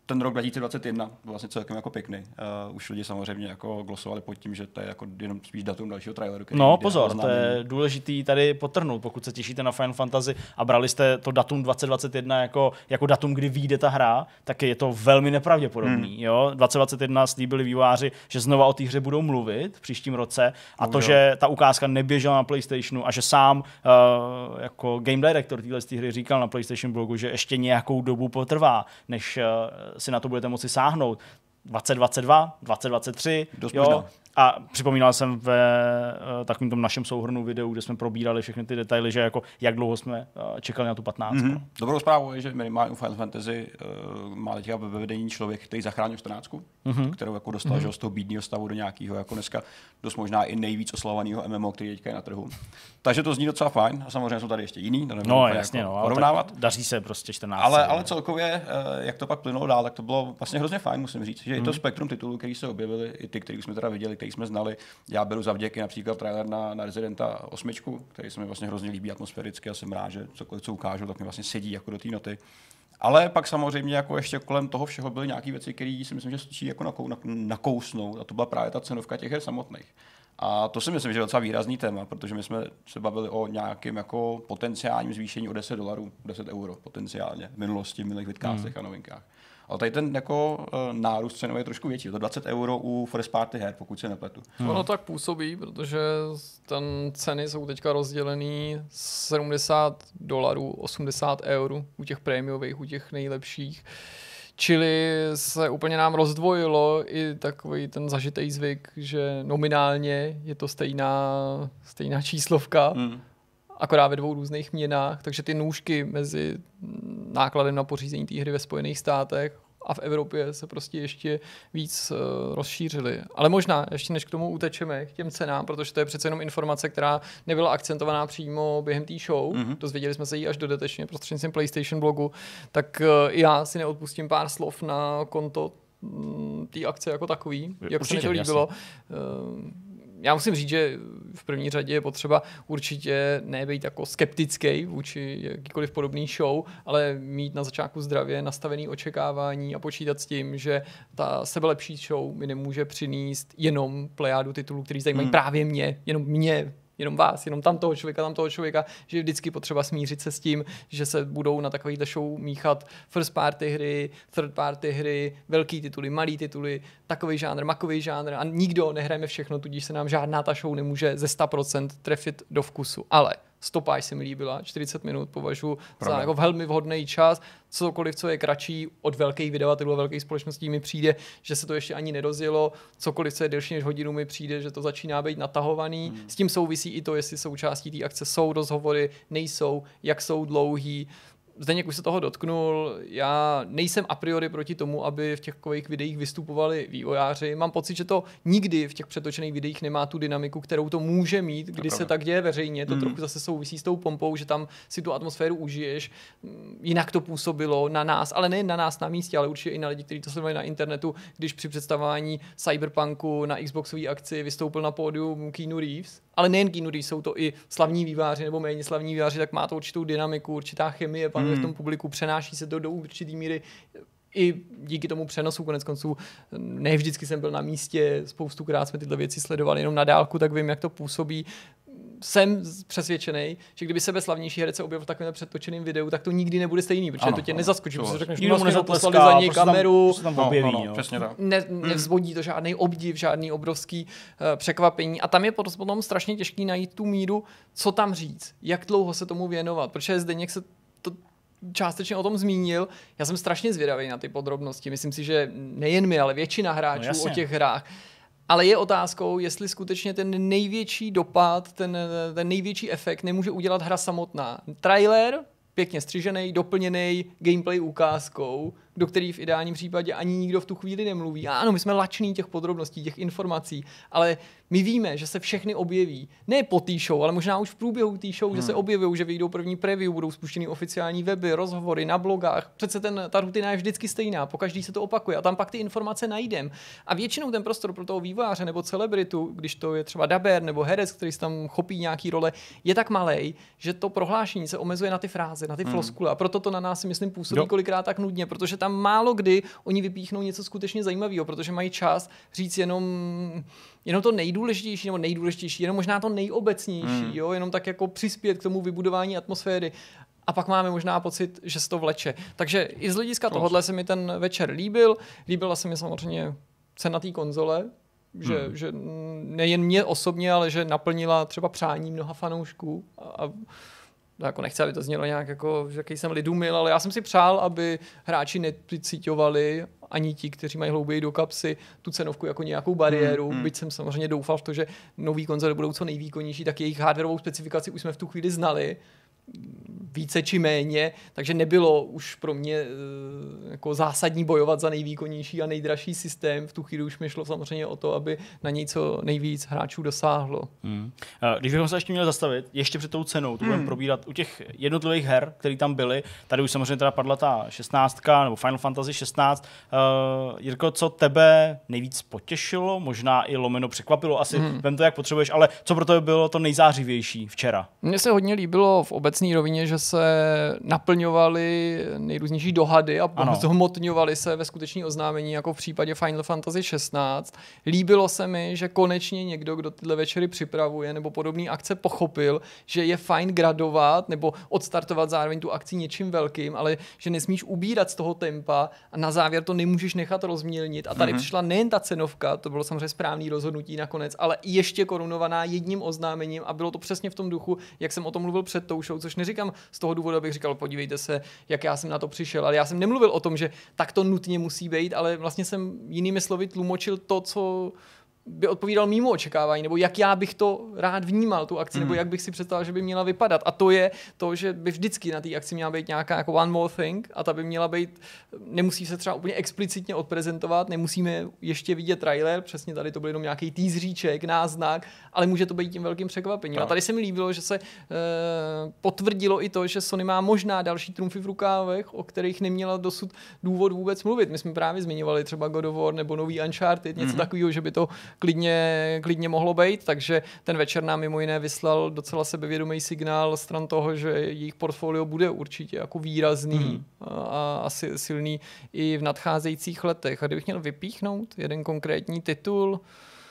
ten rok 2021 byl vlastně celkem jako pěkný. Už lidi samozřejmě jako glosovali pod tím, že to je jako jenom spíš datum dalšího traileru. No pozor, to je důležitý tady podtrhnout, pokud se těšíte na Final Fantasy a brali jste to datum 2021 jako datum, kdy vyjde ta hra, tak je to velmi nepravděpodobný. Jo? 2021 slíbili vývojáři, že znova o té hře budou mluvit v příštím roce a to, že ta ukázka neběžela na PlayStationu a že sám jako game director téhle hry říkal na PlayStation blogu, že ještě nějakou dobu potrvá, než si na to budete moci sáhnout. 2022, 2023, jo. A připomínal jsem ve takovým tom našem souhrnu videu, kde jsme probírali všechny ty detaily, že jako jak dlouho jsme čekali na tu 15. Dobrou zprávu je, že minimálně u Final Fantasy má teďka ve vedení člověk, který zachránil 14, kterou jako dostal že z toho bídného stavu do nějakého jako dneska dost možná i nejvíc oslavovaného MMO, který teďka je na trhu. Takže to zní docela fajn a samozřejmě jsou tady ještě jiný, to no jasně, jako porovnávat. Daří se prostě 14. Ale celkově, jak to pak plynulo dál, tak to bylo vlastně hrozně fajn, musím říct, že je to spektrum titulů, který se objevily, i ty, který jsme teda viděli, který jsme znali. Já beru za vděky například trailer na Residenta 8, který se mi vlastně hrozně líbí atmosféricky a jsem rád, že cokoliv, co ukážu, tak mi vlastně sedí jako do té noty. Ale pak samozřejmě jako ještě kolem toho všeho byly nějaké věci, které si myslím, že stačí jako nakousnout a to byla právě ta cenovka těch her samotných. A to si myslím, že je docela výrazný téma, protože my jsme se bavili o nějakém jako potenciálním zvýšení o $10, 10 euro potenciálně v minulosti, v minulých vidcastech a novinkách. Ale tady ten jako nárůst cenový je trošku větší. Je to 20 euro u first party her, pokud se nepletu. Ono tak působí, protože ten ceny jsou teďka rozdělený $70, 80 eur u těch prémiových, u těch nejlepších. Čili se úplně nám rozdvojilo i takový ten zažitej zvyk, že nominálně je to stejná číslovka, akorát ve 2 různých měnách, takže ty nůžky mezi nákladem na pořízení té hry ve Spojených státech a v Evropě se prostě ještě víc rozšířily. Ale možná, ještě než k tomu utečeme, k těm cenám, protože to je přece jenom informace, která nebyla akcentovaná přímo během té show, dozvěděli jsme se jí až dodatečně prostřednictvím PlayStation blogu, tak já si neodpustím pár slov na konto té akce jako takový, jak se mi to líbilo. Já musím říct, že v první řadě je potřeba určitě nebejt jako skeptický vůči jakýkoliv podobný show, ale mít na začátku zdravě nastavený očekávání a počítat s tím, že ta sebelepší show mi nemůže přinést jenom plejádu titulů, který zajímají právě mě, jenom vás, jenom tam toho člověka, že je vždycky potřeba smířit se s tím, že se budou na takovýhle show míchat first party hry, third party hry, velký tituly, malý tituly, takový žánr, makový žánr a nikdo nehrajeme všechno, tudíž se nám žádná ta show nemůže ze 100% trefit do vkusu. Ale stopáž se mi líbila, 40 minut považuji za jako velmi vhodný čas. Cokoliv, co je kratší od velkých vydavatelů a velkých společností mi přijde, že se to ještě ani nerozjelo. Cokoliv, co je delší než hodinu mi přijde, že to začíná být natahovaný. S tím souvisí i to, jestli součástí té akce jsou rozhovory, nejsou, jak jsou dlouhý. Zdeněk už se toho dotknul, já nejsem a priori proti tomu, aby v těch takových videích vystupovali vývojáři. Mám pocit, že to nikdy v těch přetočených videích nemá tu dynamiku, kterou to může mít, když se tak děje veřejně. To trochu zase souvisí s tou pompou, že tam si tu atmosféru užiješ. Jinak to působilo na nás, ale nejen na nás na místě, ale určitě i na lidi, kteří to sledovali na internetu, když při představování Cyberpunku na Xboxové akci vystoupil na pódium Keanu Reeves. Ale nejen Keanu Reeves, jsou to i slavní vývojáři nebo méně slavní vývojáři, tak má to určitou dynamiku, určitá chemie panuje v tom publiku, přenáší se to do určitý míry i díky tomu přenosu, konec konců ne vždycky jsem byl na místě, spoustukrát jsme tyhle věci sledovali jenom na dálku, tak vím, jak to působí. Jsem přesvědčený, že kdyby sebe slavnější herec se objevil v takovém předtočeném videu, tak to nikdy nebude stejný, protože to tě nezaskočí, protože řekneš, nikdo mu poslali za něj kameru, nevzvodí to žádný obdiv, žádný obrovský překvapení a tam je potom strašně těžký najít tu míru, co tam říct, jak dlouho se tomu věnovat, protože Zdeněk se to částečně o tom zmínil. Já jsem strašně zvědavý na ty podrobnosti. Myslím si, že nejen my, ale většina hráčů o těch hrách. Ale je otázkou, jestli skutečně ten největší dopad, ten největší efekt nemůže udělat hra samotná. Trailer, pěkně střižený, doplněný gameplay ukázkou, do který v ideálním případě ani nikdo v tu chvíli nemluví. A ano, my jsme lační těch podrobností, těch informací, ale my víme, že se všechny objeví. Ne po té show, ale možná už v průběhu té show, že se objeví, že vyjdou první preview, budou spuštěny oficiální weby, rozhovory na blogách. Přece ta rutina je vždycky stejná, pokaždý se to opakuje a tam pak ty informace najdem. A většinou ten prostor pro toho vývojáře nebo celebritu, když to je třeba daber nebo herec, který si tam chopí nějaký role, je tak malej, že to prohlášení se omezuje na ty fráze, na ty floskule. A proto to na nás si myslím působí kolikrát tak nudně, protože tam tam málo kdy oni vypíchnou něco skutečně zajímavého, protože mají čas říct jenom to nejdůležitější, jenom možná to nejobecnější, jo? Jenom tak jako přispět k tomu vybudování atmosféry. A pak máme možná pocit, že se to vleče. Takže i z hlediska tohohle se mi ten večer líbil. Líbila se mi samozřejmě cena té konzole, že nejen mě osobně, ale že naplnila třeba přání mnoha fanoušků. A jako nechci, aby to znělo nějak jako, že jaký jsem lidumil, ale já jsem si přál, aby hráči nepřicíťovali ani ti, kteří mají hlouběji do kapsy, tu cenovku jako nějakou bariéru. Byť jsem samozřejmě doufal v to, že nový konzole budou co nejvýkonnější, tak jejich hardwareovou specifikaci už jsme v tu chvíli znali. Více či méně, takže nebylo už pro mě jako zásadní bojovat za nejvýkonnější a nejdražší systém. V tu chvíli už mi šlo samozřejmě o to, aby na něj co nejvíc hráčů dosáhlo. Když bychom se ještě měli zastavit, ještě před tou cenou, to budeme probírat u těch jednotlivých her, které tam byly. Tady už samozřejmě teda padla ta 16 nebo Final Fantasy 16. Jirko, co tebe nejvíc potěšilo, možná i lomeno překvapilo, asi vem to, jak potřebuješ, ale co pro tebe bylo to nejzářivější včera? Mně se hodně líbilo v obecné rovině, že se naplňovaly nejrůznější dohady a zhmotňovaly se ve skutečné oznámení, jako v případě Final Fantasy 16. Líbilo se mi, že konečně někdo, kdo tyhle večery připravuje nebo podobné akce, pochopil, že je fajn gradovat nebo odstartovat zároveň tu akci něčím velkým, ale že nesmíš ubírat z toho tempa a na závěr to nemůžeš nechat rozmělnit. A tady přišla nejen ta cenovka, to bylo samozřejmě správné rozhodnutí nakonec, ale i ještě korunovaná jedním oznámením a bylo to přesně v tom duchu, jak jsem o tom mluvil před tou show, což neříkám z toho důvodu, abych říkal, podívejte se, jak já jsem na to přišel, ale já jsem nemluvil o tom, že tak to nutně musí být, ale vlastně jsem jinými slovy tlumočil to, co by odpovídal mýmu očekávání, nebo jak já bych to rád vnímal, tu akci, nebo jak bych si představil, že by měla vypadat. A to je to, že by vždycky na té akci měla být nějaká jako one more thing a ta by měla být, nemusí se třeba úplně explicitně odprezentovat, nemusíme ještě vidět trailer, přesně tady to byl jenom nějaký teaseríček, náznak, ale může to být tím velkým překvapením. A tady se mi líbilo, že se potvrdilo i to, že Sony má možná další trumfy v rukávech, o kterých neměla dosud důvod vůbec mluvit. My jsme právě zmiňovali třeba God of War nebo nový Uncharted, něco takového, že by to klidně mohlo být, takže ten večer nám mimo jiné vyslal docela sebevědomý signál stran toho, že jejich portfolio bude určitě jako výrazný a asi silný i v nadcházejících letech. A kdybych měl vypíchnout jeden konkrétní titul,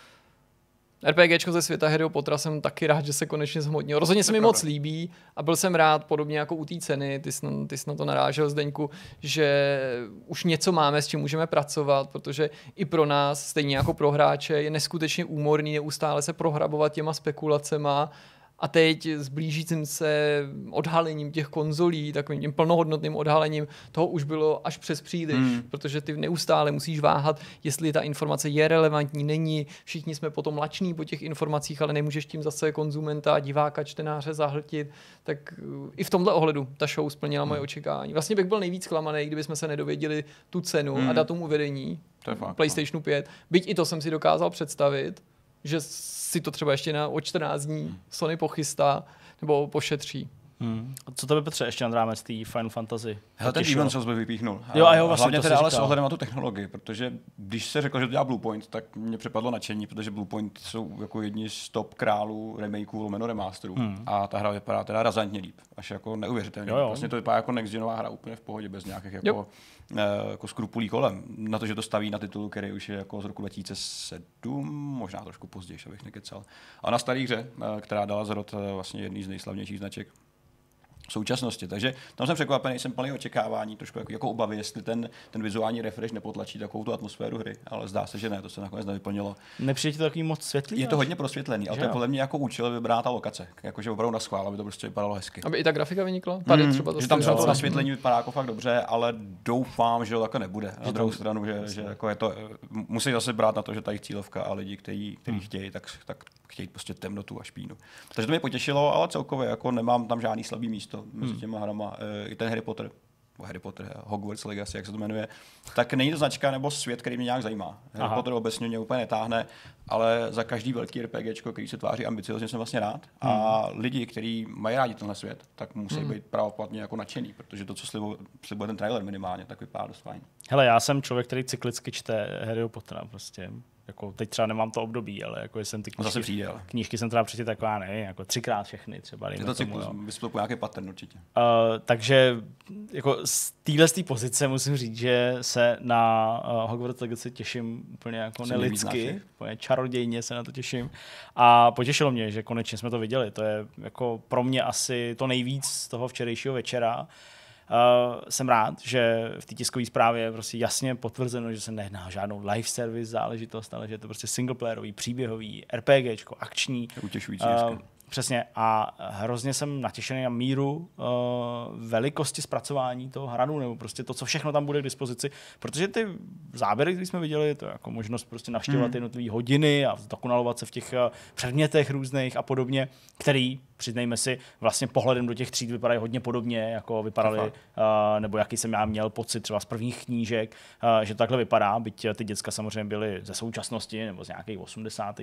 RPGčko ze světa Harryho Pottera jsem taky rád, že se konečně zhmotnil. Rozhodně se mi moc líbí a byl jsem rád, podobně jako u té ceny, ty jsi na to narážel, Zdeňku, že už něco máme, s čím můžeme pracovat, protože i pro nás, stejně jako pro hráče, je neskutečně úmorný neustále se prohrabovat těma spekulacema. A teď s blížícím se odhalením těch konzolí, takovým tím plnohodnotným odhalením, toho už bylo až přes příliš, protože ty neustále musíš váhat, jestli ta informace je relevantní, není. Všichni jsme potom lační po těch informacích, ale nemůžeš tím zase konzumenta, diváka, čtenáře zahltit. Tak i v tomhle ohledu ta show splnila moje očekávání. Vlastně bych byl nejvíc zklamaný, kdybychom se nedověděli tu cenu a datum uvedení PlayStationu 5. Byť i to jsem si dokázal představit, že si to třeba ještě o 14 dní Sony pochystá nebo pošetří. Co tebe, Petře, ještě nad rámec té Final Fantasy? Hele, ten Demon's Souls by vypíchnul. Jo, a jo, vlastně hlavně to teda ale říkal. s ohledem na tu technologii, protože když se řekl, že to dělá Bluepoint, tak mě přepadlo nadšení, protože Bluepoint jsou jako jedni z top králů remakeů lomeno remasterů. A ta hra vypadá teda razantně líp, až jako neuvěřitelně. Vlastně to vypadá jako next-genová hra úplně v pohodě, bez nějakých jako skrupulí kolem. Na to, že to staví na titulu, který už je jako z roku 2007, možná trošku později, abych nekecal. A na starý hře, která dala zrod vlastně jedný z nejslavnějších značek v současnosti. Takže tam jsem překvapený, jsem plný očekávání, trošku jako obavy, jestli ten vizuální refresh nepotlačí takovou tu atmosféru hry, ale zdá se, že ne, to se nakonec nevyplnilo. Nepřijde ti to takový moc světlý? Je to hodně prosvětlený, ale to je podle mě jako účel vybraná ta lokace, jakože opravdu na schvál, aby to prostě vypadalo hezky. Aby i ta grafika vynikla? Tady třeba to že tam to nasvětlení vypadá jako fakt dobře, ale doufám, že to takhle nebude. Na druhou stranu, že jako je to, musí zase brát na to, že ta jejich cílovka a lidi, kteří chtějí, tak chtějí prostě temnotu a špínu. Takže to mě potěšilo, ale celkově jako nemám tam žádný slabý místo mezi těma hrama. I ten Harry Potter, Hogwarts Legacy, jak se to jmenuje, tak není to značka nebo svět, který mě nějak zajímá. Harry Potter obecně mě úplně netáhne, ale za každý velký RPGčko, který se tváří ambiciozně, jsem vlastně rád. A lidi, kteří mají rádi tenhle svět, tak musí být pravoplatně jako nadšený, protože to, co slibuje ten trailer minimálně, tak vypadá dost fajn. Hele, já jsem člověk, který cyklicky čte Harryho Pottera prostě. Jako teď třeba nemám to období, ale jako jsem ty knížky jsem třeba přečetl taková, nevím, jako 3x všechny třeba. Je to cyklus, vysvětlu nějaký pattern určitě. Takže jako z téhle pozice musím říct, že se na Hogwarts Legacy těším úplně jako nelidsky, úplně čarodějně se na to těším. A potěšilo mě, že konečně jsme to viděli. To je jako pro mě asi to nejvíc z toho včerejšího večera. Jsem rád, že v té tiskové zprávě je prostě jasně potvrzeno, že se nejedná o žádnou live service záležitost, ale že je to prostě singleplayerový, příběhový, RPGčko, akční. Utěšující. Přesně. A hrozně jsem natěšený na míru velikosti zpracování toho hradu, nebo prostě to, co všechno tam bude k dispozici, protože ty záběry, které jsme viděli, to je jako možnost prostě navštěvovat jednotlivé hodiny a zdokonalovat se v těch předmětech různých a podobně, který, přiznejme si, vlastně pohledem do těch tříd vypadají hodně podobně, jako vypadaly, nebo jaký jsem já měl pocit třeba z prvních knížek, že to takhle vypadá, byť ty děcka samozřejmě byly ze současnosti, nebo z nějakých 80.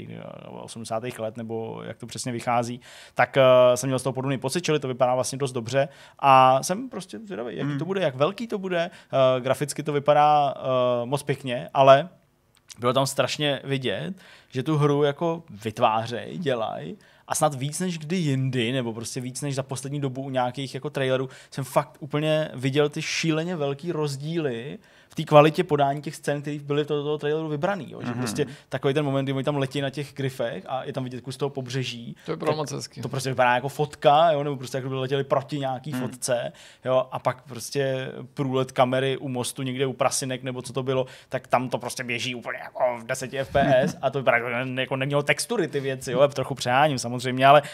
let, nebo jak to přesně vychází, tak jsem měl z toho podobný pocit, čili to vypadá vlastně dost dobře a jsem prostě zvědavý, jaký to bude, jak velký to bude, graficky to vypadá moc pěkně, ale bylo tam strašně vidět, že tu hru jako vytvářejí, dělají a snad víc než kdy jindy, nebo prostě víc než za poslední dobu u nějakých jako trailerů, jsem fakt úplně viděl ty šíleně velký rozdíly v té kvalitě podání těch scén, které byly do toho traileru vybraný. Jo? Že prostě takový ten moment, kdy oni tam letí na těch gryfech a je tam vidět kus toho pobřeží. To je bylo moc hezky. To prostě vypadá jako fotka, jo? Nebo prostě jako by letěli proti nějaký fotce, jo? A pak prostě průlet kamery u mostu někde u Prasinek, nebo co to bylo, tak tam to prostě běží úplně jako v 10 FPS a to vypadá jako nemělo textury ty věci, jo? Trochu přeháním samozřejmě, ale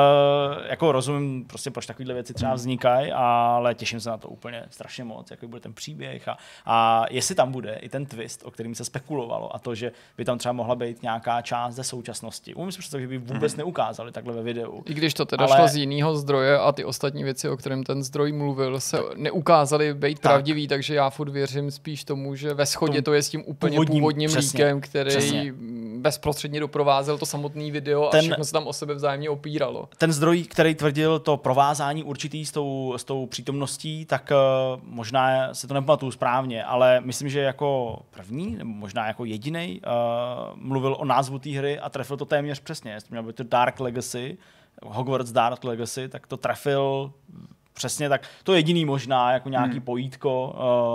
jako rozumím prostě, proč takovýhle věci třeba vznikají, ale těším se na to úplně strašně moc, jaký bude ten příběh a jestli tam bude i ten twist, o kterým se spekulovalo, a to, že by tam třeba mohla být nějaká část ze současnosti. Umím si představit, že by vůbec neukázali takhle ve videu. I když to teda šlo z jiného zdroje a ty ostatní věci, o kterém ten zdroj mluvil, se neukázaly být pravdivý, takže já furt věřím spíš tomu, že ve shodě to je s tím úplně původním líkem, který bezprostředně doprovázel to samotné video a všechno se tam o sebe vzájemně opíralo. Ten zdroj, který tvrdil to provázání určitý s tou přítomností, tak možná se to nepamatuju správně, ale myslím, že jako první, nebo možná jako jedinej, mluvil o názvu té hry a trefil to téměř přesně. Jestli měl být to Dark Legacy, Hogwarts Dark Legacy, tak to trefil přesně tak. To je jediný možná jako nějaký pojítko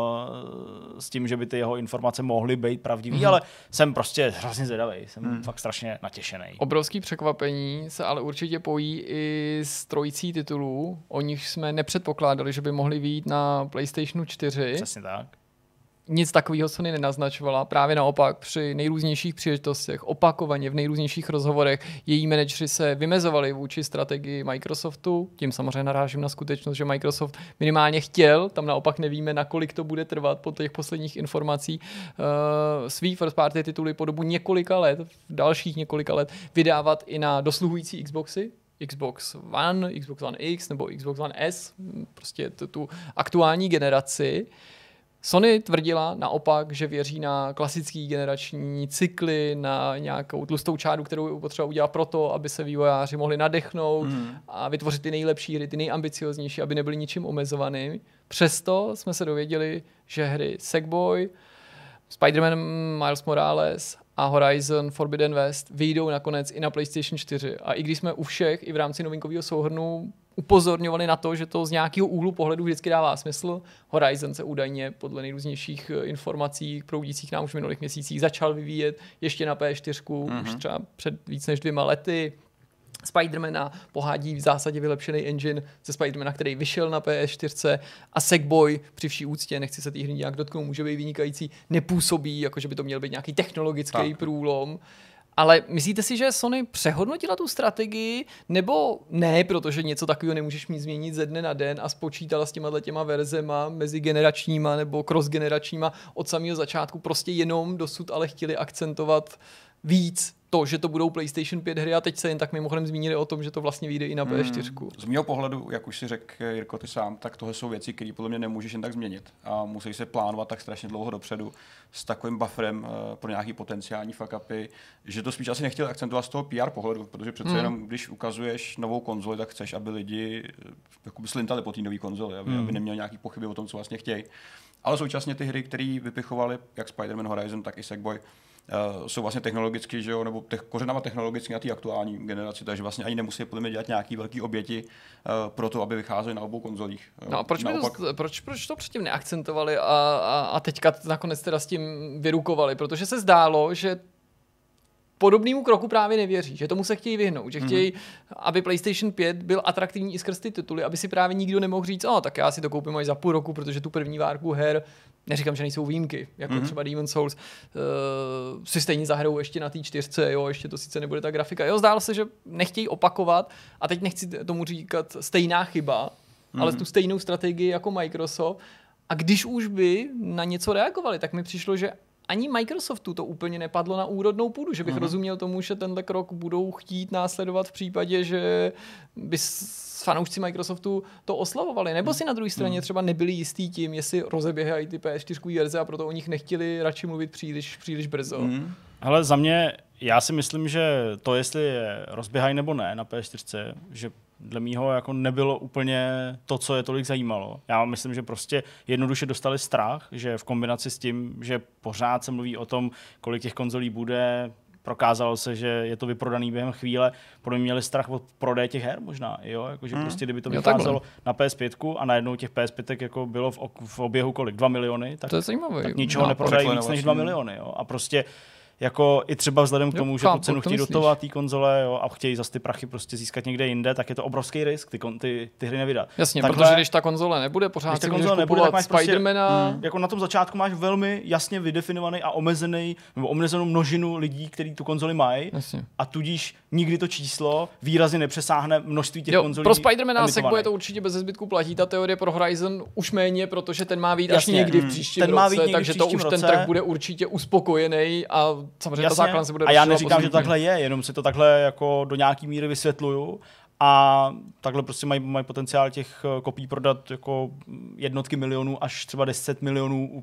s tím, že by ty jeho informace mohly být pravdivý, ale jsem prostě hrozně zvědavý, jsem fakt strašně natěšený. Obrovský překvapení se ale určitě pojí i s trojicí titulů, o nich jsme nepředpokládali, že by mohli vyjít na PlayStationu 4. Přesně tak. Nic takového Sony nenaznačovala. Právě naopak při nejrůznějších příležitostech, opakovaně v nejrůznějších rozhovorech její manažeři se vymezovali vůči strategii Microsoftu. Tím samozřejmě narážím na skutečnost, že Microsoft minimálně chtěl, tam naopak nevíme, nakolik to bude trvat po těch posledních informací, svý first party tituly po dobu několika let, dalších několika let, vydávat i na dosluhující Xboxy. Xbox One, Xbox One X nebo Xbox One S, prostě tu aktuální generaci. Sony tvrdila naopak, že věří na klasický generační cykly, na nějakou tlustou čáru, kterou je potřeba udělat proto, aby se vývojáři mohli nadechnout a vytvořit ty nejlepší hry, ty nejambicioznější, aby nebyly ničím omezovaný. Přesto jsme se dověděli, že hry Sackboy, Spider-Man Miles Morales a Horizon Forbidden West vyjdou nakonec i na PlayStation 4. A i když jsme u všech i v rámci novinkového souhrnu upozorňovali na to, že to z nějakého úhlu pohledu vždycky dává smysl. Horizon se údajně podle nejrůznějších informací proudících nám už v minulých měsících začal vyvíjet ještě na PS4, už třeba před víc než 2 lety. Spidermana pohádí v zásadě vylepšený engine ze Spidermana, který vyšel na PS4 a Sackboy, při vší úctě, nechci se té hry nějak dotknout, může být vynikající, nepůsobí, jako že by to měl být nějaký technologický průlom. Ale myslíte si, že Sony přehodnotila tu strategii, nebo ne, protože něco takového nemůžeš mít změnit ze dne na den a spočítala s těma verzema mezigeneračníma nebo crossgeneračníma od samého začátku, prostě jenom dosud ale chtěli akcentovat víc to, že to budou PlayStation 5 hry a teď se jen tak mimochodem zmínili o tom, že to vlastně vyjde i na PS4. Z mého pohledu, jak už si řekl Jirko ty sám, tak tohle jsou věci, které podle mě nemůžeš jen tak změnit a musí se plánovat tak strašně dlouho dopředu s takovým bufferem pro nějaký potenciální fuck-upy, že to spíš asi nechtěl akcentovat z toho PR pohledu, protože přece jenom když ukazuješ novou konzoli, tak chceš, aby lidi jakoby slintali po té nové konzoli, aby neměli nějaký pochyby o tom, co vlastně chtějí. Ale současně ty hry, které vypichovaly jak Spider-Man Horizon, tak i Sackboy, jsou vlastně technologicky, že jo, nebo kořenama technologicky na té aktuální generaci, takže vlastně ani nemusí podle mě dělat nějaký velký oběti pro to, aby vycházely na obou konzolích. No a proč to předtím neakcentovali a teďka nakonec teda s tím vyrukovali? Protože se zdálo, že podobnému kroku právě nevěří, že tomu se chtějí vyhnout, že chtějí, aby PlayStation 5 byl atraktivní i skrz ty tituly, aby si právě nikdo nemohl říct, tak já si to koupím až za půl roku, protože tu první várku her, neříkám, že nejsou výjimky, jako třeba Demon's Souls, si stejně zahrajou ještě na té 4, jo, ještě to sice nebude ta grafika. Jo, zdálo se, že nechtějí opakovat, a teď nechci tomu říkat stejná chyba, ale tu stejnou strategii jako Microsoft. A když už by na něco reagovali, tak mi přišlo, že ani Microsoftu to úplně nepadlo na úrodnou půdu, že bych rozuměl tomu, že tenhle krok budou chtít následovat v případě, že by fanoušci Microsoftu to oslavovali. Nebo si na druhé straně třeba nebyli jistí tím, jestli rozeběhají ty PS4 verze a proto o nich nechtěli radši mluvit příliš brzo. Ale za mě, já si myslím, že to, jestli je rozběhají nebo ne na PS4, že dle mýho jako nebylo úplně to, co je tolik zajímalo. Já myslím, že prostě jednoduše dostali strach, že v kombinaci s tím, že pořád se mluví o tom, kolik těch konzolí bude, prokázalo se, že je to vyprodaný během chvíle, podle mě měli strach od prodeje těch her možná, jo, jakože prostě kdyby to vycházelo na PS5 a najednou těch PS5 jako bylo v oběhu kolik, 2 miliony, tak, to je zajímavé. Tak ničeho neprodají víc než 2 miliony, jo, a prostě jako i třeba vzhledem k tomu, že tu cenu chtějí dotovat té konzole, jo, a chtějí zase ty prachy prostě získat někde jinde, tak je to obrovský risk ty hry nevydat. Jasně, takhle, protože když ta konzole nebude, pořád si můžeš kupovat Spidermana. Prostě, jako na tom začátku máš velmi jasně vydefinovaný a omezenou množinu lidí, kteří tu konzoli mají, a tudíž nikdy to číslo výrazně nepřesáhne množství těch konzolí. Pro Spidermana Segway to určitě bez zbytku platí, ta teorie pro Horizon už méně, protože ten má být až někdy v příštím roce, takže to už ten trh bude určitě uspokojený a samozřejmě ta základna se bude. A já neříkám, že to takhle je, jenom si to takhle jako do nějaký míry vysvětluju. A takhle prostě mají potenciál těch kopií prodat jako jednotky milionů až třeba 10 milionů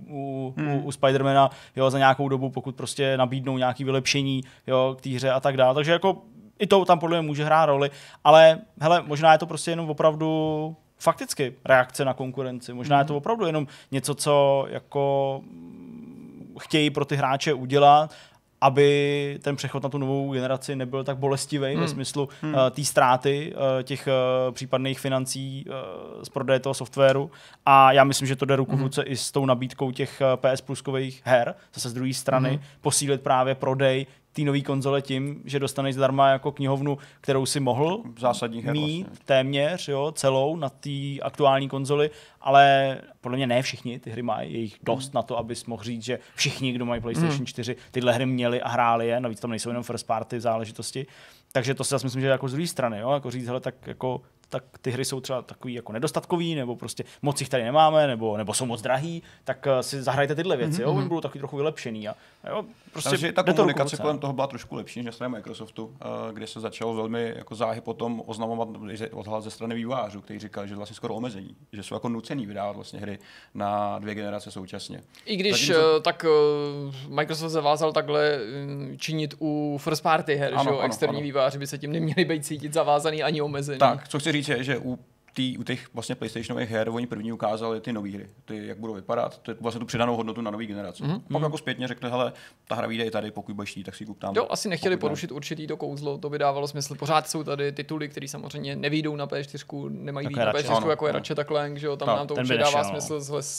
u Spidermana, jo, za nějakou dobu, pokud prostě nabídnou nějaké vylepšení, jo, k té hře a tak dále. Takže jako i to tam podle mě může hrát roli, ale hele, možná je to prostě jenom opravdu fakticky reakce na konkurenci. Možná je to opravdu jenom něco, co jako chtějí pro ty hráče udělat, aby ten přechod na tu novou generaci nebyl tak bolestivý ve smyslu té ztráty těch případných financí z prodeje toho softwaru. A já myslím, že to jde ruku v ruce i s tou nabídkou těch PS Pluskových her. Zase z druhé strany posílit právě prodej té nové konzole tím, že dostaneš zdarma jako knihovnu, kterou si mohl mít vlastně téměř, jo, celou na té aktuální konzoli, ale podle mě ne všichni ty hry mají, je jich dost na to, abys mohl říct, že všichni, kdo mají PlayStation 4, tyhle hry měli a hráli je, navíc tam nejsou jenom first party záležitosti. Takže to si zase myslím, že jako z druhé strany, jo, jako říct, hele, tak ty hry jsou třeba takový jako nedostatkový, nebo prostě moc jich tady nemáme, nebo jsou moc drahý, tak si zahrajte tyhle věci, jo, oni budou takový trochu vylepšený. A jo, prostě takže ta komunikace kolem toho byla trošku lepší než na straně Microsoftu, kde se začalo velmi jako záhy potom oznamovat odhad ze strany vývojářů, kteří říkali, že vlastně skoro omezení, že jsou jako nucený vydávat vlastně hry na 2 generace současně. I když Microsoft zavázal takhle činit u first party her, že jo, externí vývojáři by se tím neměli být cítit zavázaný ani omezený. Tak, co chci říct je, že u těch vlastně PlayStationových her oni první ukázali ty nové hry, ty jak budou vypadat, vlastně tu přidanou hodnotu na nový generaci. Pak jako zpětně řekne, hele, ta hra vyjde i tady, pokud budeš chtít, tak si ji kup tam. Jo, asi nechtěli porušit určitý to kouzlo, to by dávalo smysl. Pořád jsou tady tituly, které samozřejmě nevyjdou na PS4, nemají být na PS4, jako je Ratchet & Clank, že jo, tam nám to určitě dává smysl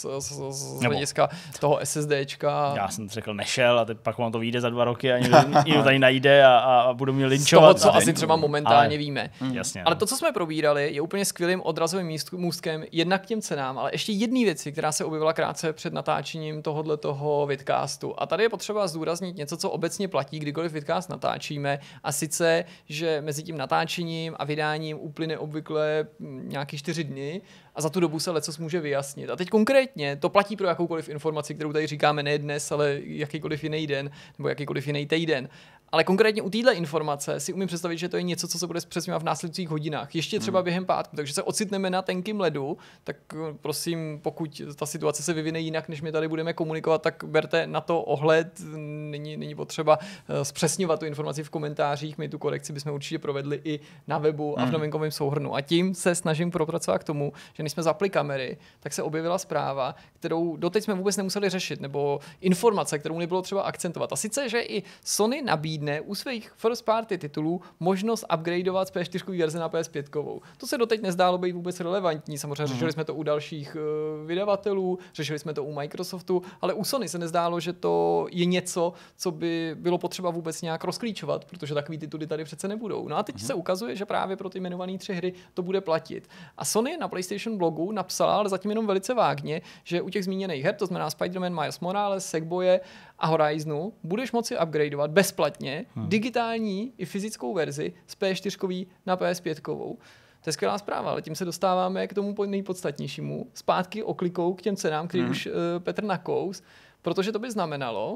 z hlediska toho SSDčka. Já jsem řekl nešel a teď pak vám to vyjde za 2 roky a někdo tady najde a budou mě linčovat. Z toho, co asi třeba momentálně víme. Jasně. Ale to, co jsme probírali, je úplně skvělým odrazovým můstkem jednak k těm cenám, ale ještě jedné věci, která se objevila krátce před natáčením tohoto vidcastu. A tady je potřeba zdůraznit něco, co obecně platí, kdykoliv vidcast natáčíme, a sice, že mezi tím natáčením a vydáním uplyne obvykle nějaký 4 dny a za tu dobu se lecos může vyjasnit. A teď konkrétně to platí pro jakoukoliv informaci, kterou tady říkáme ne dnes, ale jakýkoliv jiný den nebo jakýkoliv jiný týden. Ale konkrétně u téhle informace si umím představit, že to je něco, co se bude zpřesňovat v následujících hodinách, ještě třeba během pátku, takže se ocitneme na tenkým ledu, tak prosím, pokud ta situace se vyvine jinak, než my tady budeme komunikovat, tak berte na to ohled. Není potřeba zpřesňovat tu informaci v komentářích. My tu korekci bychom určitě provedli i na webu a v novinkovém souhrnu. A tím se snažím propracovat k tomu, že když jsme zapli kamery, tak se objevila zpráva, kterou doteď jsme vůbec nemuseli řešit, nebo informace, kterou nebylo třeba akcentovat. A sice, že i Sony nabídne u svých first party titulů možnost upgradeovat z PS4 verze na PS5. To se doteď nezdálo být vůbec relevantní. Samozřejmě řešili jsme to u dalších vydavatelů, řešili jsme to u Microsoftu, ale u Sony se nezdálo, že to je něco, co by bylo potřeba vůbec nějak rozklíčovat, protože takový tituly tady přece nebudou. No a teď se ukazuje, že právě pro ty jmenované 3 hry to bude platit. A Sony na PlayStation blogu napsala, ale zatím jenom velice vágně, že u těch zmíněných her, to znamená Spider-Man, Miles Morales, Sackboye a Horizonu, budeš moci upgradeovat bezplatně digitální i fyzickou verzi z PS4 na PS5. To je skvělá zpráva, ale tím se dostáváme k tomu nejpodstatnějšímu. Zpátky oklikou k těm cenám, který už Petr nakous, protože to by znamenalo,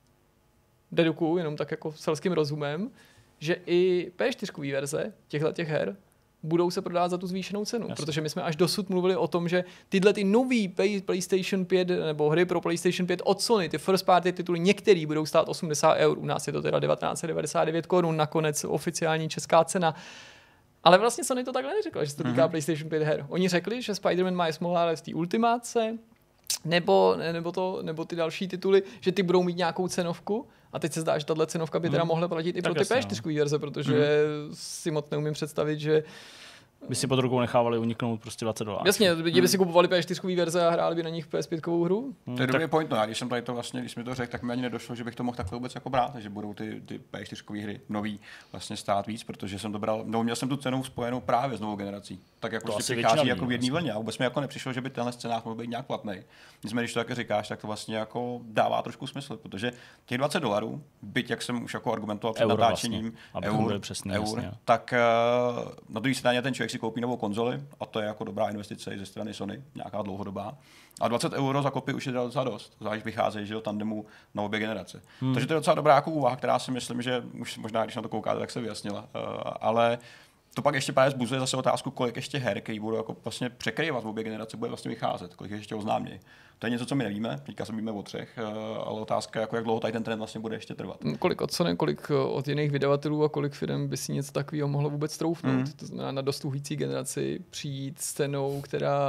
dedukuju jenom tak jako selským rozumem, že i PS4 verze těchto her budou se prodávat za tu zvýšenou cenu. Jasně. Protože my jsme až dosud mluvili o tom, že tyhle ty nový PlayStation 5 nebo hry pro PlayStation 5 od Sony, ty first party tituly, některý budou stát 80 €. U nás je to teda 1999 korun, nakonec oficiální česká cena. Ale vlastně Sony to takhle neřekla, že se to týká PlayStation 5 her. Oni řekli, že Spider-Man Miles Morales v té ultimáce, nebo ty další tituly, že ty budou mít nějakou cenovku. A teď se zdá, že tahle cenovka by teda mohla platit i pro ty PS4 verze, protože si moc neumím představit, že by si pod rukou nechávali uniknout prostě $20. Jasně, lidi by si kupovali PS4 verze a hráli by na nich PS5 hru. To je dobrý point, no. Já když jsem tady to vlastně, když mi to řekl, tak mi ani nedošlo, že bych to mohl takhle vůbec jako brát, že budou ty PS4 hry nový vlastně stát víc, protože jsem to bral, no, měl jsem tu cenu spojenou právě s novou generací. Tak jako prostě přichází jako v jedné vlně a vůbec mi jako nepřišlo, že by tenhle scénář mohl být nějak platný. Nicméně, když to taky říkáš, tak to vlastně jako dává trošku smysl, protože těch $20, byť jak jsem už jako argumentoval před natáčením, vlastně, tak na druhé straně ten člověk si koupí novou konzoli a to je jako dobrá investice i ze strany Sony, nějaká dlouhodobá. A $20 za kopii už je docela dost, zvlášť vycházejí, že do tandemu na obě generace. Takže to je docela dobrá jako úvaha, která si myslím, že už možná, když na to koukáte, tak se vyjasnila. Ale to pak ještě právě zbuzuje zase otázku, kolik ještě her, které budou jako vlastně překrývat v obě generace, bude vlastně vycházet, kolik ještě oznámějí. To je něco, co my nevíme, teďka se bavíme o 3, ale otázka, jako jak dlouho tady ten trend vlastně bude ještě trvat. Kolik od Sony, kolik od jiných vydavatelů a kolik firm by si něco takového mohlo vůbec troufnout. To znamená na dostuhující generaci přijít s cenou, která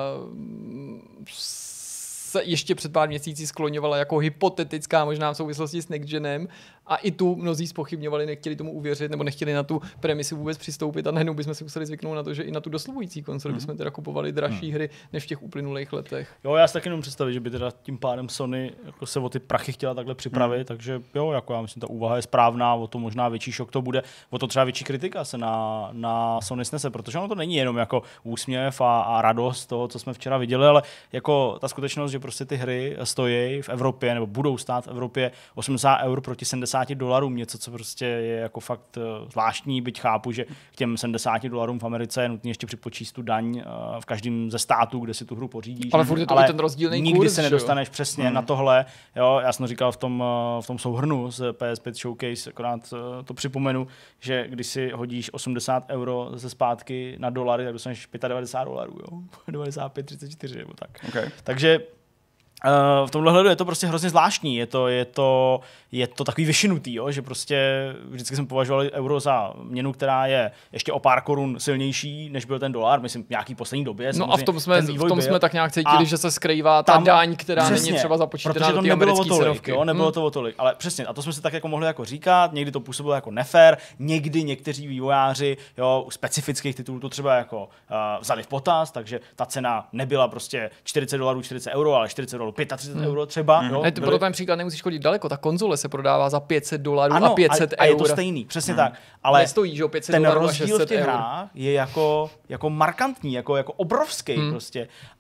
se ještě před pár měsíci skloňovala jako hypotetická, možná v souvislosti s Next Genem, a i tu mnozí zpochybňovali, nechtěli tomu uvěřit nebo nechtěli na tu premisi vůbec přistoupit a najednou bychom si museli zvyknout na to, že i na tu dosluhující konsoli bychom teda kupovali dražší hry než v těch uplynulých letech. Jo, já si taky nemůžu představit, že by teda tím pádem Sony jako se o ty prachy chtěla takhle připravit, takže jo, jako já myslím, ta úvaha je správná, o to možná větší šok to bude, o to třeba větší kritika se na Sony snese, protože ono to není jenom jako úsměv a radost toho, co jsme včera viděli, ale jako ta skutečnost, že prostě ty hry stojí v Evropě nebo budou stát v Evropě €80 proti $70, něco, co prostě je jako fakt zvláštní, byť chápu, že k těm $70 v Americe je nutné ještě připočíst tu daň v každém ze států, kde si tu hru pořídíš. Ale furt je to ten rozdílný nikdy kurz, se nedostaneš přesně na tohle. Jo, já jsem říkal v tom souhrnu z PS5 Showcase, akorát to připomenu, že když si hodíš €80 ze zpátky na dolary, tak dostaneš $95, jo? 95,34 nebo tak. Okay. Takže v tomhle hledu je to prostě hrozně zvláštní, je to takový vyšinutý, jo? Že prostě vždycky jsem považoval euro za měnu, která je ještě o pár korun silnější, než byl ten dolar, myslím v nějaký poslední době. No a v tom jsme tak nějak cítili, že se skrývá ta daň, která přesně, není třeba započítaná do té americké cenovky. Jo, nebylo to o tolik, ale přesně, a to jsme si tak jako mohli jako říkat, někdy to působilo jako nefér, někdy někteří vývojáři, jo, u specifických titulů to třeba jako vzali v potaz, takže ta cena nebyla prostě $40, €40, ale $40, €35 třeba. Jo, ne, pro ten příklad nemusíš chodit daleko, ta konzole se prodává za $500 a $500. A je to stejný, přesně tak. Ale nestojí, že ten rozdíl v těch hrách je jako markantní, jako obrovský prostě.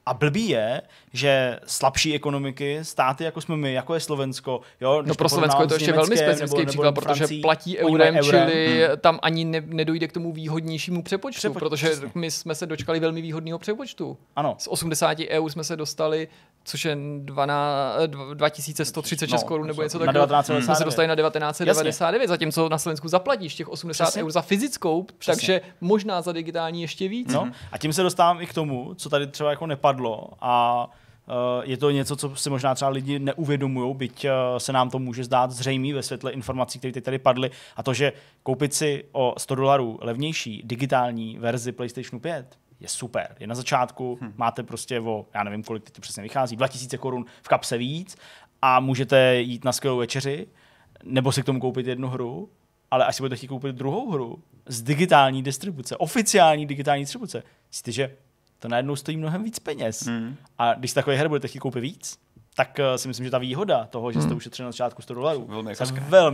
A blbý je, že slabší ekonomiky, státy jako jsme my, jako je Slovensko, jo, no pro Slovensko je to ještě velmi specifický příklad, protože platí eurem, čili tam ani nedojde k tomu výhodnějšímu přepočtu, protože my jsme se dočkali velmi výhodného přepočtu. Ano. Z 80 eur jsme se dostali, což je 2136 korun nebo něco takového. Jsme se dostali na 1999, zatímco na Slovensku zaplatíš těch 80 eur za fyzickou, takže možná za digitální ještě víc. No, a tím se dostávám i k tomu, co tady třeba jako nepadlo a je to něco, co si možná třeba lidi neuvědomují, byť se nám to může zdát zřejmý ve světle informací, které teď tady padly, a to, že koupit si o $100 levnější digitální verzi PlayStationu 5 je super. Je na začátku, máte prostě já nevím, kolik to přesně vychází, 2000 korun v kapse víc a můžete jít na skvělou večeři, nebo si k tomu koupit jednu hru, ale až si budete chtít koupit druhou hru z digitální distribuce, oficiální digitální distribuce, zjistíte, že to najednou stojí mnohem víc peněz. A když takové hry budete chtít koupit víc, tak si myslím, že ta výhoda toho, že jste ušetřili na začátku $100, se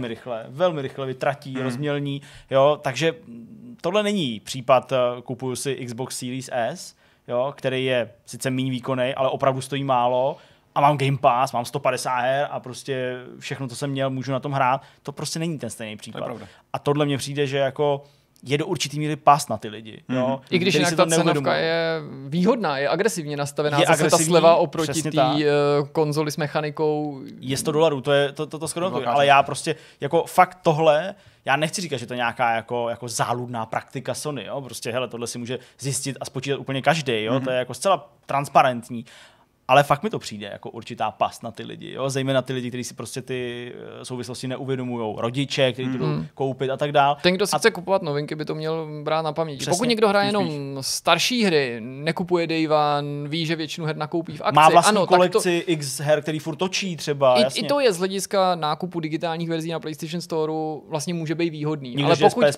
velmi rychle vytratí, rozmělní. Jo? Takže tohle není případ, kupuju si Xbox Series S, jo? Který je sice méně výkonný, ale opravdu stojí málo a mám Game Pass, mám 150 her a prostě všechno, co jsem měl, můžu na tom hrát. To prostě není ten stejný příklad. A tohle mně přijde, že jako je do určitý míry pás na ty lidi. Jo? I když jinak ta cenovka je výhodná, je agresivně nastavená, zase ta sleva oproti té konzoli s mechanikou. Je $100, to skoro, ale já prostě jako fakt tohle, já nechci říkat, že to je nějaká jako záludná praktika Sony, jo? Prostě hele, tohle si může zjistit a spočítat úplně každý, jo? To je jako zcela transparentní. Ale fakt mi to přijde jako určitá past na ty lidi, jo? Zejména ty lidi, kteří si prostě ty souvislosti neuvědomujou, rodiče, kteří to jdou koupit a tak dál. Ten, kdo si chce kupovat novinky, by to měl brát na paměti. Přesně, pokud někdo hraje jenom starší hry, nekupuje Day One, ví, že většinu her nakoupí v akci. Má vlastní kolekci X her, který furt točí třeba. I to je z hlediska nákupu digitálních verzí na PlayStation Store vlastně může být výhodný. Někdo,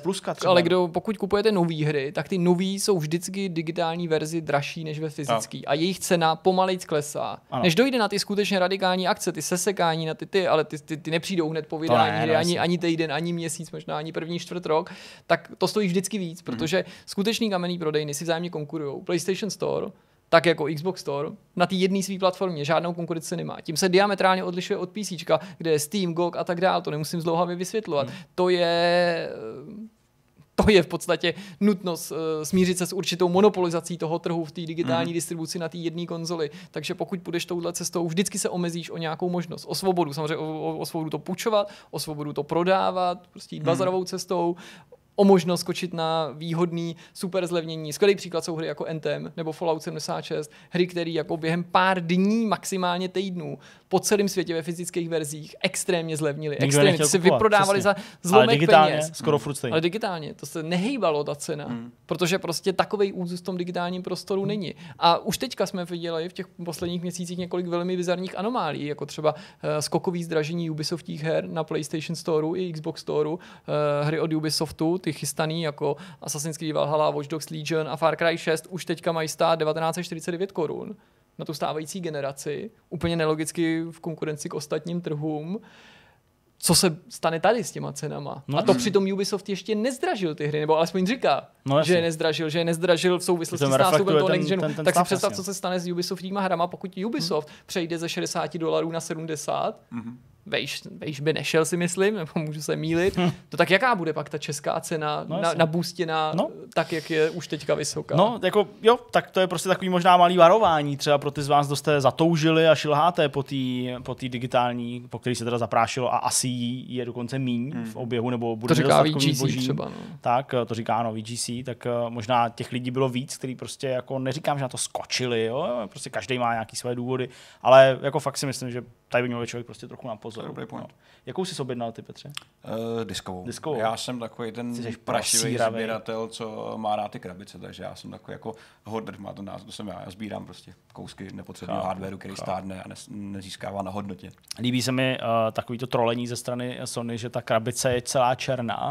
ale pokud kupujete nové hry, tak ty nový jsou vždycky digitální verzi dražší než ve fyzický. A jejich cena pomalejc klesá. Než dojde na ty skutečně radikální akce, ty sesekání na ale ty nepřijdou hned po vydání hry, ani týden, ani měsíc, možná ani první čtvrt rok, tak to stojí vždycky víc, protože skutečný kamenný prodejny si vzájemně konkurují. PlayStation Store, tak jako Xbox Store, na té jedné své platformě žádnou konkurenci nemá. Tím se diametrálně odlišuje od PC, kde je Steam, GOG a tak dále, to nemusím zdlouhavě vysvětlovat. To je v podstatě nutnost smířit se s určitou monopolizací toho trhu v té digitální distribuci na té jedné konzoli. Takže pokud půjdeš touhle cestou, vždycky se omezíš o nějakou možnost. O svobodu, samozřejmě o svobodu to půjčovat, o svobodu to prodávat, prostě jít bazarovou cestou, o možnost skočit na výhodný super zlevnění. Skvělý příklad jsou hry jako Anthem nebo Fallout 76, hry, které jako během pár dní, maximálně týdnů, po celém světě ve fyzických verzích extrémně zlevnili. Extrémně si vyprodávali za zlomek peněz. Skoro furt stejně. Ale digitálně, to se nehejbalo ta cena, protože prostě takovej úzus v tom digitálním prostoru není. A už teďka jsme viděli v těch posledních měsících několik velmi bizarních anomálií, jako třeba skokový zdražení Ubisoftích her na PlayStation Storeu i Xbox Storeu, hry od Ubisoftu, ty chystaný jako Assassin's Creed Valhalla, Watch Dogs Legion a Far Cry 6 už teďka mají stát 1949 korun na tu stávající generaci, úplně nelogicky v konkurenci k ostatním trhům. Co se stane tady s těma cenama? A to přitom Ubisoft ještě nezdražil ty hry, nebo alespoň říká, že je nezdražil v souvislosti s nástupem toho Next Genu. Tak si představ, co se stane s Ubisoftníma hrama, pokud Ubisoft přejde ze $60 na 70. Vejš by nešel, si myslím, nebo můžu se mýlit. To tak jaká bude pak ta česká cena nabůstěná, tak jak je už teďka vysoká? No, jako jo, tak to je prostě takový možná malý varování, třeba pro ty z vás, kdo jste zatoužili a šilháte po té digitální, po který se teda zaprášilo a asi je dokonce míň v oběhu, nebo bude to říká VGC třeba, no. Tak, to říká VGC, tak možná těch lidí bylo víc, kteří prostě jako neříkám, že na to skočili, jo, prostě každý má nějaký své důvody, ale jako fakt si myslím, že tady by měl člověk prostě trochu na pozor. Dobrý point. No. Jakou jsi objednal ty, Petře? Diskovou. Já jsem takový ten prašivý sběratel, co má rád ty krabice, takže já jsem takový jako hoarder, má to název, to jsem já. Já sbírám prostě kousky nepotřebného hardwareu, který stárne a nezískává na hodnotě. Líbí se mi takovýto trolení ze strany Sony, že ta krabice je celá černá,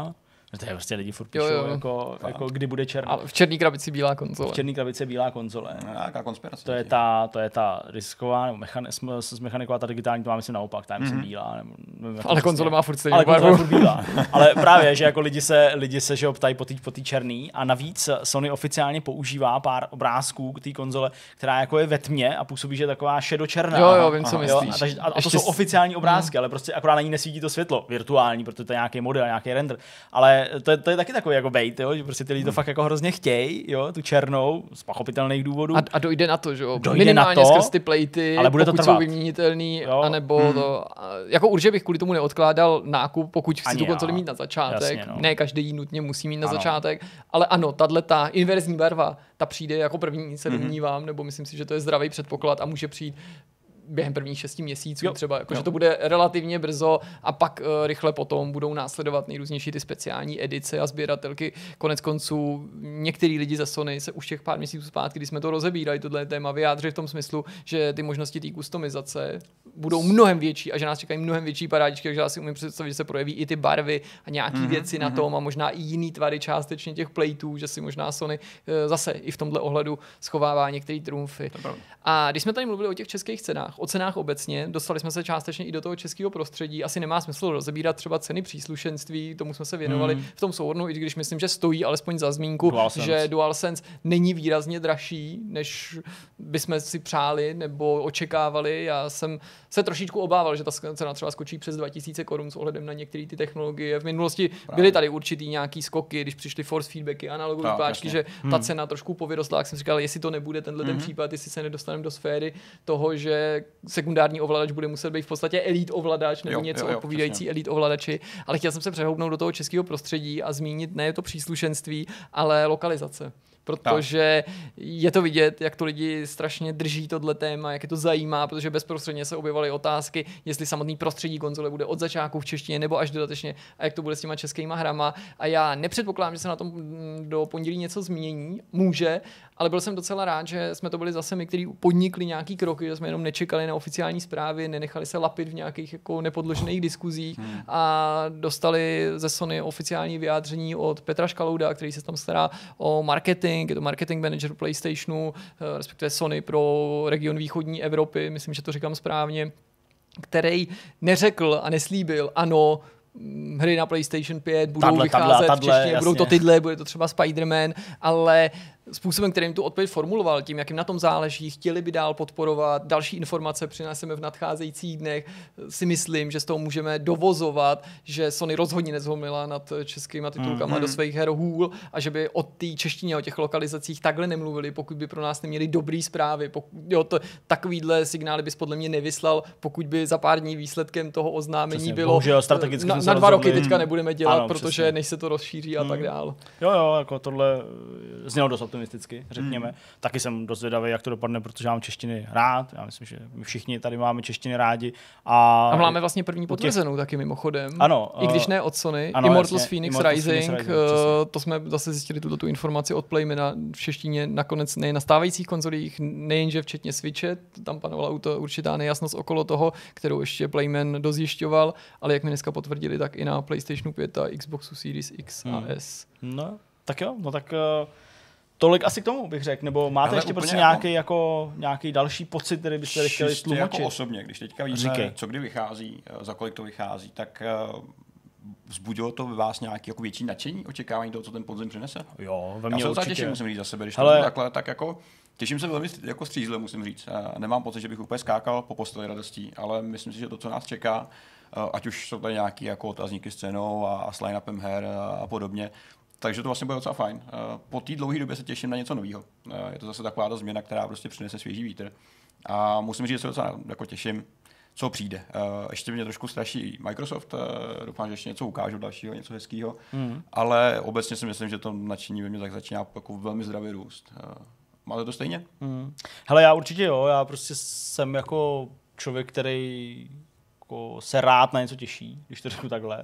To je prostě lidi furt píšou, jako kdy bude černá. Ale v černý krabici bílá konzole. V černý krabici bílá konzole. Nějaká konspirace. To je ta risková, nebo s mechanikou a ta digitální, to má myslím naopak, ta je myslím bílá. Ale konzole má furt stejnou ale barvu. konzole furt bílá. Ale právě, že jako lidi se že ho ptají po té černý a navíc Sony oficiálně používá pár obrázků k té konzole, která jako je ve tmě a působí, že je taková šedočerná. Jo, vím, co myslíš. A to jsou oficiální obrázky, ale prostě akorát na ní nesvítí to světlo virtuální, protože to je nějaký model, nějaký render. Ale to je taky takový jako bait, jo, že prostě ty lidi to fakt jako hrozně chtějí, jo, tu černou z pochopitelných důvodů. A dojde na to, že jo. Minimálně skrz ty plejty, ale bude pokud to trvat. jsou vyměnitelný, anebo to, jako určitě bych kvůli tomu neodkládal nákup, pokud chci tu konzoli mít na začátek. Jasně, ne každý ji nutně musí mít na začátek, ale ano, tato inverzní barva, ta přijde jako první, se domnívám, nebo myslím si, že to je zdravý předpoklad a může přijít během prvních 6 měsíců třeba, že to bude relativně brzo a pak rychle potom budou následovat nejrůznější ty speciální edice a sběratelky. Konec konců některý lidi ze Sony se už těch pár měsíců zpátky, když jsme to rozebírali, tohle téma vyjádřili v tom smyslu, že ty možnosti té customizace budou mnohem větší a že nás čekají mnohem větší parádičky, takže já si umím představit, že se projeví i ty barvy a nějaký věci na tom a možná i jiný tvary částečně těch plejtů, že si možná Sony zase i v tomhle ohledu schovává některé trumfy. A když jsme tady mluvili o těch českých cenách, o cenách obecně, dostali jsme se částečně i do toho českého prostředí. Asi nemá smysl rozebírat třeba ceny příslušenství, tomu jsme se věnovali v tom souhrnu, i když myslím, že stojí alespoň za zmínku, že DualSense není výrazně dražší, než bychom si přáli nebo očekávali. Já jsem se trošičku obával, že ta cena třeba skočí přes 2000 korun s ohledem na některé ty technologie. V minulosti byly tady určitý nějaký skoky, když přišly force feedbacky, analogové páčky, že ta cena trošku povyrostla, jak jsem říkal, jestli to nebude ten případ, jestli se nedostaneme do sféry toho, že sekundární ovladač bude muset být v podstatě elite ovladač nebo něco odpovídající elite ovladači, ale chtěl jsem se přehoupnout do toho českého prostředí a zmínit ne to příslušenství, ale lokalizace. Protože je to vidět, jak to lidi strašně drží tohle téma, jak je to zajímá, protože bezprostředně se objevaly otázky, jestli samotný prostředí konzole bude od začátku v češtině nebo až dodatečně a jak to bude s těma českýma hrama. A já nepředpokládám, že se na tom do pondělí něco změní, může, ale byl jsem docela rád, že jsme to byli zase my, kteří podnikli nějaký kroky, že jsme jenom nečekali na oficiální zprávy, nenechali se lapit v nějakých jako nepodložených diskuzích a dostali ze Sony oficiální vyjádření od Petra Škalouda, který se tam stará o marketing, je to marketing manager PlayStationu, respektive Sony pro region východní Evropy, myslím, že to říkám správně, který neřekl a neslíbil, ano, hry na PlayStation 5 budou vycházet v češtině, budou to tyhle, bude to třeba Spider-Man, ale způsobem, kterým tu odpověď formuloval, tím, jak jim na tom záleží, chtěli by dál podporovat, další informace přineseme v nadcházejících dnech, si myslím, že z toho můžeme dovozovat, že Sony rozhodně nezhomila nad českýma titulkama do svých her hůl a že by o té češtině, o těch lokalizacích takhle nemluvili, pokud by pro nás neměli dobrý zprávy. Takovýhle signály bys podle mě nevyslal, pokud by za pár dní výsledkem toho oznámení přesně, bylo bohužel, strategicky na 2 roky teďka nebudeme dělat, protože přesně. než se to rozšíří a tak dál. Jo, jako tohle znělo dost optimisticky, řekněme. Taky jsem dost zvědavý, jak to dopadne, protože mám češtiny rád. Já myslím, že my všichni tady máme češtiny rádi. A máme vlastně první potvrzenou taky mimochodem. Ano. I když ne od Sony. Ano, Immortals Phoenix Rising. Přesně. To jsme zase zjistili tu informaci od Playmana v češtině nakonec nejen na stávajících konzolích, nejenže včetně Switche. Tam panovala určitá nejasnost okolo toho, kterou ještě Playman dozjišťoval, ale jak mi dneska potvrdili, tak i na PlayStationu 5 a Xboxu Series X a S. No, tak jo, tak tolik asi k tomu bych řekl, nebo máte ještě prostě nějaký další pocit, který byste chtěli tlumočit? Jako osobně, když teďka víme, co kdy vychází, za kolik to vychází, tak vzbudilo to ve vás nějaké jako větší nadšení, očekávání toho, co ten podzim přinese? Jo, ve mně určitě. Já se těším, musím říct za sebe, když to takhle, tak jako těším se velmi jako střízle, musím říct. Nemám pocit, že bych úplně skákal po posteli radostí, ale myslím si, že to, co nás čeká, ať už jsou tady nějaké jako otazníky s cenou a s line-upem her a podobně, takže to vlastně bude docela fajn. Po té dlouhé době se těším na něco nového. Je to zase taková ta změna, která prostě přinese svěží vítr. A musím říct, že se docela jako těším, co přijde. Ještě mě trošku straší Microsoft, doufám, že ještě něco ukážu dalšího, něco hezkého, ale obecně si myslím, že to nadšení ve mě tak začíná jako velmi zdravý růst. Máte to stejně? Hele, já určitě jo, já prostě jsem jako člověk, který jako se rád na něco těší, když to řeknu takhle.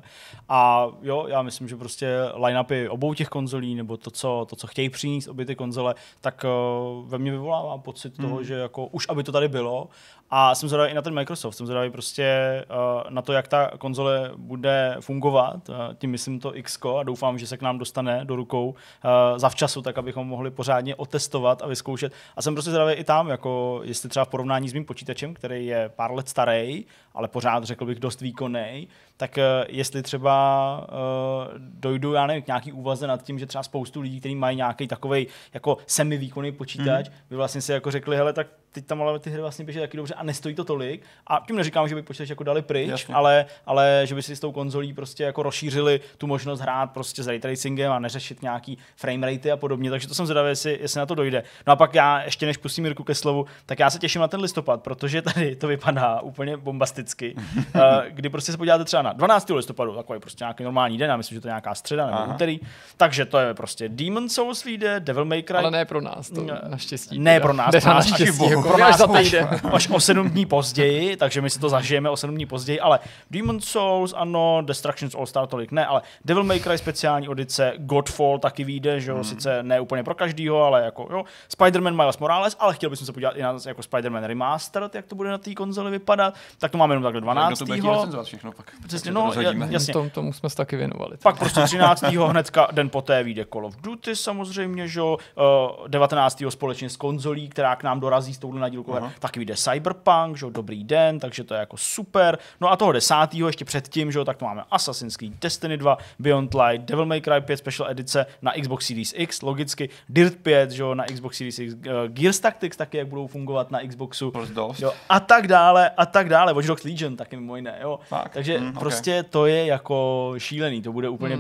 A jo, já myslím, že prostě line-upy obou těch konzolí, nebo to, co chtějí přinést obě ty konzole, tak ve mně vyvolává pocit toho, že jako už aby to tady bylo. A jsem zvědavý i na ten Microsoft, jsem zvědavý prostě na to, jak ta konzole bude fungovat. Tím myslím to X-ko a doufám, že se k nám dostane do rukou zavčasu, tak abychom mohli pořádně otestovat a vyzkoušet. A jsem prostě zvědavý i tam, jako jestli třeba v porovnání s mým počítačem, který je pár let starý, ale pořád řekl bych dost výkonný, tak jestli třeba dojdu, já nevím, k nějaký úvaze nad tím, že třeba spoustu lidí, kteří mají nějaký takovej jako semi-výkonný počítač, by vlastně si jako řekli, hele, tak teď tam ale ty hry vlastně běží taky dobře a nestojí to tolik. A tím neříkám, že by počítač jako dali pryč, ale že by si s tou konzolí prostě jako rozšířili tu možnost hrát prostě s ray tracingem a neřešit nějaký frame ratey a podobně. Takže to jsem zvědavý, jestli na to dojde. No a pak já ještě než pustím Jirku ke slovu, tak já se těším na ten listopad, protože tady to vypadá úplně bombasticky. Kdy prostě se podíváte třeba na 12. listopadu, takový prostě nějaký normální den, já myslím, že to je nějaká středa nebo úterý. Takže to je prostě Demon's Souls vyjde, Devil May Cry. Ale ne pro nás, to naštěstí. Ne pro nás, pro nás až o 7 dní později, takže my si to zažijeme o 7 dní později, ale Demon's Souls, ano, Destructions All Star tolik ne, ale Devil May Cry speciální edice, Godfall taky vyjde, že jo, sice ne úplně pro každýho, ale jako jo, Spider-Man Miles Morales, ale chtěl bych se podívat i na jako Spider-Man Remastered, jak to bude na té konzoli vypadat, tak to máme jenom takhle 12. To bude recenzovat všechno pak. Přesně, no, jasně. Tomu jsme se taky věnovali. Pak prostě 13. hnedka den poté vyjde Call of Duty samozřejmě, že jo, 19. společně s konzolí, která k nám dorazí s touhle nadílkou, taky vyjde Cyberpunk, že jo, dobrý den, takže to je jako super. No a toho 10. ještě předtím, že jo, tak to máme Assassin's Creed, Destiny 2, Beyond Light, Devil May Cry 5 Special edice na Xbox Series X, logicky, Dirt 5, že jo, na Xbox Series X, Gears Tactics taky, jak budou fungovat na Xboxu, jo, a tak dále, Watch Dogs Legion taky mimo jiné, jo. Takže prostě to je jako šílený, to bude úplně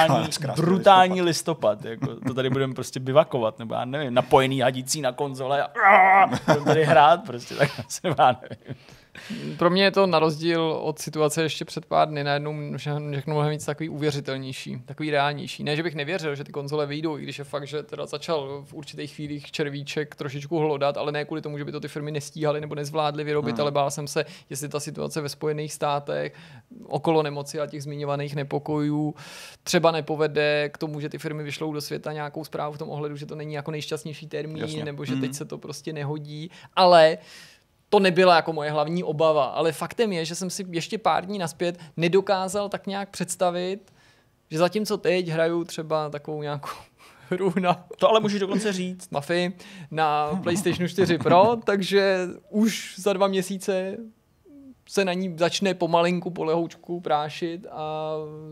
brutální listopad, jako to tady budeme prostě bivakovat, nebo já nevím, napojený hadící na konzole a budeme tady hrát prostě, tak se nevím. Pro mě je to na rozdíl od situace ještě před pár dny najednou všechno mnohem víc takový uvěřitelnější, takový reálnější. Ne, že bych nevěřil, že ty konzole vyjdou, i když je fakt, že teda začal v určitých chvílích červíček trošičku hlodat, ale ne kvůli tomu, že by to ty firmy nestíhaly nebo nezvládly vyrobit, ale bál jsem se, jestli ta situace ve Spojených státech okolo nemoci a těch zmiňovaných nepokojů třeba nepovede k tomu, že ty firmy vyšlou do světa nějakou zprávu v tom ohledu, že to není jako nejšťastnější termín, nebo že teď se to prostě nehodí, ale to nebyla jako moje hlavní obava, ale faktem je, že jsem si ještě pár dní nazpět nedokázal tak nějak představit, že zatímco teď hraju třeba takovou nějakou hru na... To ale můžeš dokonce říct. Mafii na PlayStation 4 Pro, takže už za 2 měsíce se na ní začne pomalinku po lehoučku prášit a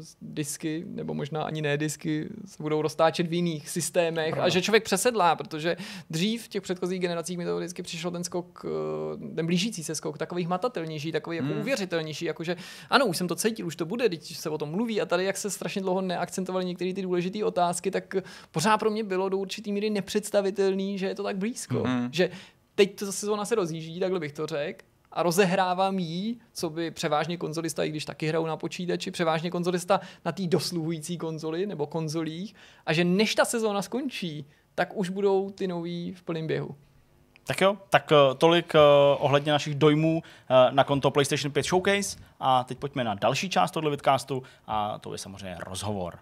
disky, nebo možná ani ne disky, se budou roztáčet v jiných systémech a že člověk přesedlá, protože dřív v těch předchozích generacích mi to vždycky přišel ten skok, ten blížící se skok, takový hmatatelnější, takový jako uvěřitelnější, jakože ano, už jsem to cítil, už to bude, když se o tom mluví a tady jak se strašně dlouho neakcentovaly některé ty důležité otázky, tak pořád pro mě bylo do určitý míry nepředstavitelný, že je to tak blízko, že teď ta sezóna se rozjíždí, takhle bych to řekl, a rozehrávám jí, co by převážně konzolista, i když taky hrajou na počítači, převážně konzolista na té dosluhující konzoli nebo konzolích, a že než ta sezóna skončí, tak už budou ty nový v plném běhu. Tak jo, tak tolik ohledně našich dojmů na konto PlayStation 5 Showcase a teď pojďme na další část tohle vidcastu a to je samozřejmě rozhovor.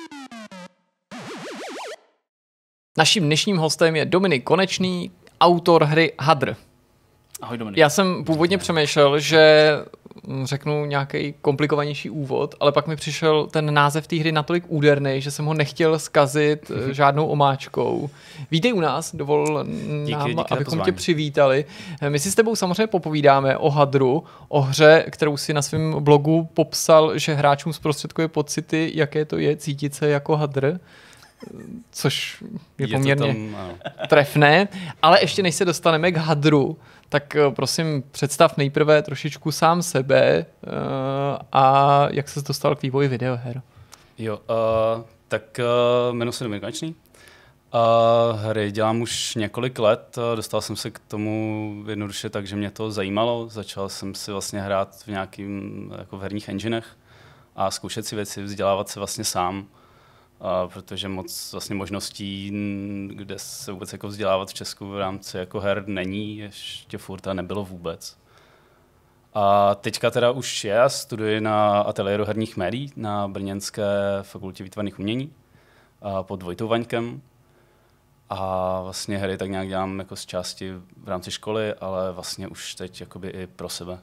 Naším dnešním hostem je Dominik Konečný, autor hry Hadr. Ahoj Dominik. Já jsem původně přemýšlel, že řeknu nějaký komplikovanější úvod, ale pak mi přišel ten název té hry natolik úderný, že jsem ho nechtěl zkazit žádnou omáčkou. Vítej u nás, dovol nám, abychom tě přivítali. My si s tebou samozřejmě popovídáme o Hadru, o hře, kterou si na svém blogu popsal, že hráčům zprostředkuje pocity, jaké to je cítit se jako Hadr. Což je poměrně trefné, ale ještě než se dostaneme k Hadru, tak prosím představ nejprve trošičku sám sebe a jak ses dostal k vývoji videoher. Jo, tak jmenuji se Dominik Konečný. Hry dělám už několik let, dostal jsem se k tomu jednoduše tak, že mě to zajímalo, začal jsem si vlastně hrát v nějakým jako v herních enginech a zkoušet si věci, vzdělávat se vlastně sám. Protože moc vlastně možností, kde se vůbec jako vzdělávat v Česku v rámci jako her není, ještě furt a nebylo vůbec. A teďka teda už já studuji na ateliéru herních médií na Brněnské fakultě výtvarných umění pod Vojtou Vaňkem. A vlastně hry tak nějak dělám jako z části v rámci školy, ale vlastně už teď jakoby i pro sebe.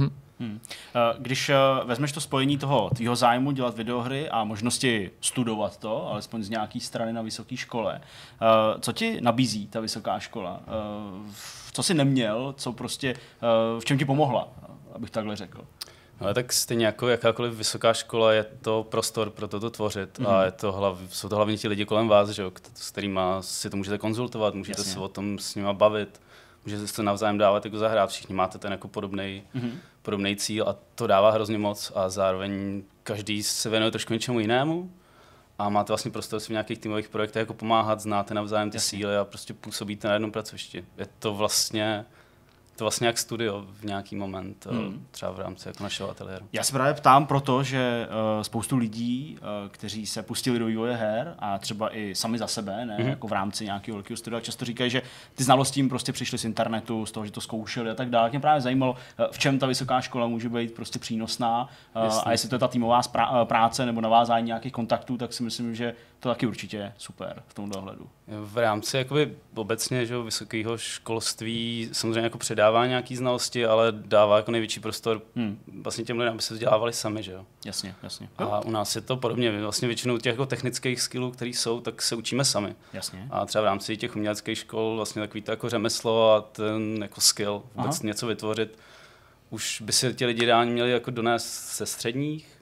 Když vezmeš to spojení toho tvýho zájmu dělat videohry a možnosti studovat to, alespoň z nějaké strany na vysoké škole, co ti nabízí ta vysoká škola? Co jsi neměl, co prostě, v čem ti pomohla, abych takhle řekl? Ale tak stejně jako jakákoliv vysoká škola je to prostor pro toto tvořit a jsou to hlavně ti lidi kolem vás, že jo, s kterými si to můžete konzultovat, můžete se o tom s nimi bavit, můžete se to navzájem dávat jako zahrát, všichni máte ten jako podobný cíl a to dává hrozně moc a zároveň každý se věnuje trošku něčemu jinému a máte vlastně prostor si v nějakých týmových projektech jako pomáhat, znáte navzájem ty síly a prostě působíte na jednom pracovišti. Je to vlastně jak studio v nějaký moment, třeba v rámci jako našeho ateliéru. Já se právě ptám proto, že spoustu lidí, kteří se pustili do vývoje her a třeba i sami za sebe, ne, jako v rámci nějakého velkého studia, často říkají, že ty znalosti jim prostě přišly z internetu, z toho, že to zkoušeli a tak dále. Mě právě zajímalo, v čem ta vysoká škola může být prostě přínosná a jestli to je ta týmová práce nebo navázání nějakých kontaktů, tak si myslím, že to taky určitě je super v tomto ohledu. V rámci jakoby obecně, že vysokého školství samozřejmě jako předává nějaký znalosti, ale dává jako největší prostor vlastně těm lidem, aby se vzdělávali sami, že jo. Jasně. A u nás je to podobně. Vlastně většinou těch jako technických skillů, které jsou, tak se učíme sami. Jasně. A třeba v rámci těch uměleckých škol vlastně takový to jako řemeslo a ten jako skill, vůbec něco vytvořit, už by si ti lidi ideálně měli jako donést ze středních,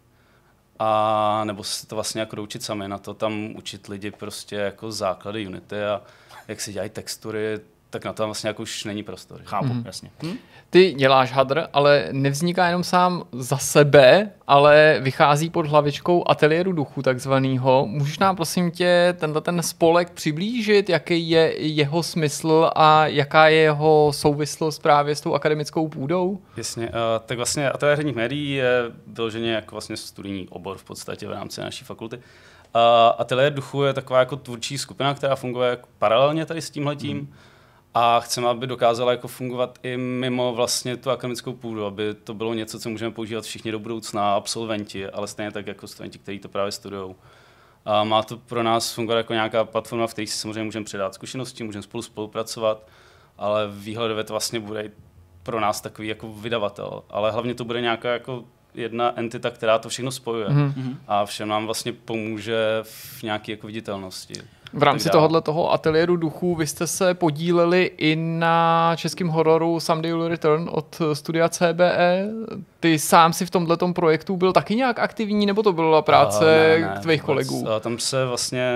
a nebo se to vlastně jako doučit sami, na to tam učit lidi prostě jako základy Unity a jak si dělají textury, tak na to vlastně jako už není prostor. Chápu, jasně. Ty děláš hadr, ale nevzniká jenom sám za sebe, ale vychází pod hlavičkou ateliéru duchu takzvanýho. Můžeš nám prosím tě ten spolek přiblížit, jaký je jeho smysl a jaká je jeho souvislost právě s tou akademickou půdou? Jasně, tak vlastně ateliér herních médií je vyloženě jako vlastně studijní obor v podstatě v rámci naší fakulty. Ateliér duchu je taková jako tvůrčí skupina, která funguje jako paralelně tady s tímhletím. A chceme, aby dokázala jako fungovat i mimo vlastně tu akademickou půdu, aby to bylo něco, co můžeme používat všichni do budoucna, absolventi, ale stejně tak jako studenti, kteří to právě studují. A má to pro nás fungovat jako nějaká platforma, v které si samozřejmě můžeme předat zkušenosti, můžeme spolupracovat, ale výhledově to vlastně bude pro nás takový jako vydavatel. Ale hlavně to bude nějaká jako jedna entita, která to všechno spojuje a všem nám vlastně pomůže v nějaké jako viditelnosti. V rámci toho ateliéru duchů vy jste se podíleli i na českém hororu Someday You'll Return od studia CBE. Ty sám si v tomhletom projektu byl taky nějak aktivní, nebo to byla práce tvých kolegů? Tam se vlastně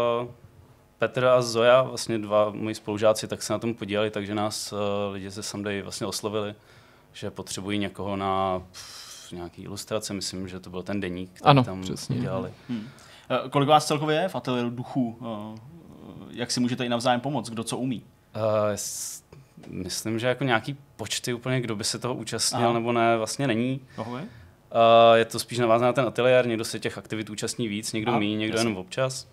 Petr a Zoja, vlastně dva moji spolužáci, tak se na tom podíleli, takže nás lidi ze Someday vlastně oslovili, že potřebují někoho na nějaký ilustrace, myslím, že to byl ten deník, který tam dělali. Kolik vás celkově je v ateliéru duchů? Jak si můžete i navzájem pomoct? Kdo co umí? Myslím, že jako nějaký počty úplně, kdo by se toho účastnil nebo ne, vlastně není. Je to spíš navázané na ten ateliér, někdo se těch aktivit účastní víc, někdo míň, někdo jenom občas.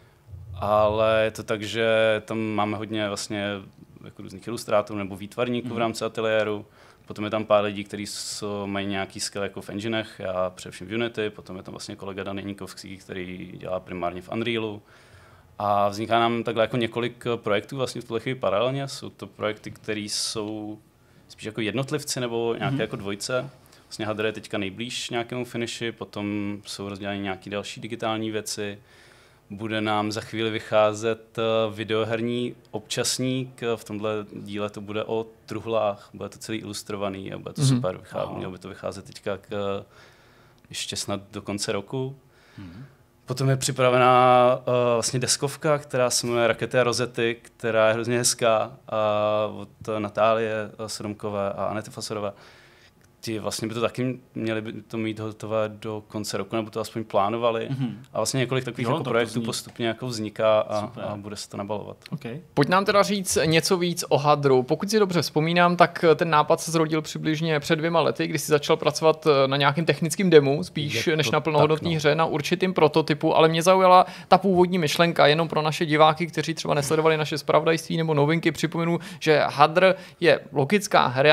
Ale je to tak, že tam máme hodně vlastně jako různých ilustrátorů nebo výtvarníků v rámci ateliéru. Potom je tam pár lidí, kteří mají nějaký skill jako v enginech, já především v Unity, potom je tam vlastně kolega Dan Jeníkovský, který dělá primárně v Unrealu. A vzniká nám takhle jako několik projektů vlastně v tuhle chvíli paralelně. Jsou to projekty, které jsou spíš jako jednotlivci nebo nějaké jako dvojce. Vlastně hadr je teďka nejblíž nějakému finiši, potom jsou rozdělány nějaké další digitální věci. Bude nám za chvíli vycházet videoherní občasník, v tomhle díle to bude o truhlách, bude to celý ilustrovaný a bude to super, mělo by to vycházet teďka ještě snad do konce roku. Potom je připravená vlastně deskovka, která se jmenuje Rakety a rozety, která je hrozně hezká od Natálie Sodomkové a Anety Fasorové. Ti vlastně by to taky měli by to mít hotové do konce roku, nebo to aspoň plánovali. A vlastně několik takových jako projektů postupně jako vzniká a bude se to nabalovat. Okay. Pojď nám teda říct něco víc o hadru. Pokud si dobře vzpomínám, tak ten nápad se zrodil přibližně před 2 lety, kdy jsi začal pracovat na nějakém technickém demu, spíš než na plnohodnotné hře, na určitým prototypu, ale mě zaujala ta původní myšlenka, jenom pro naše diváky, kteří třeba nesledovali naše zpravodajství nebo novinky, připomenu, že hadr je logická hra,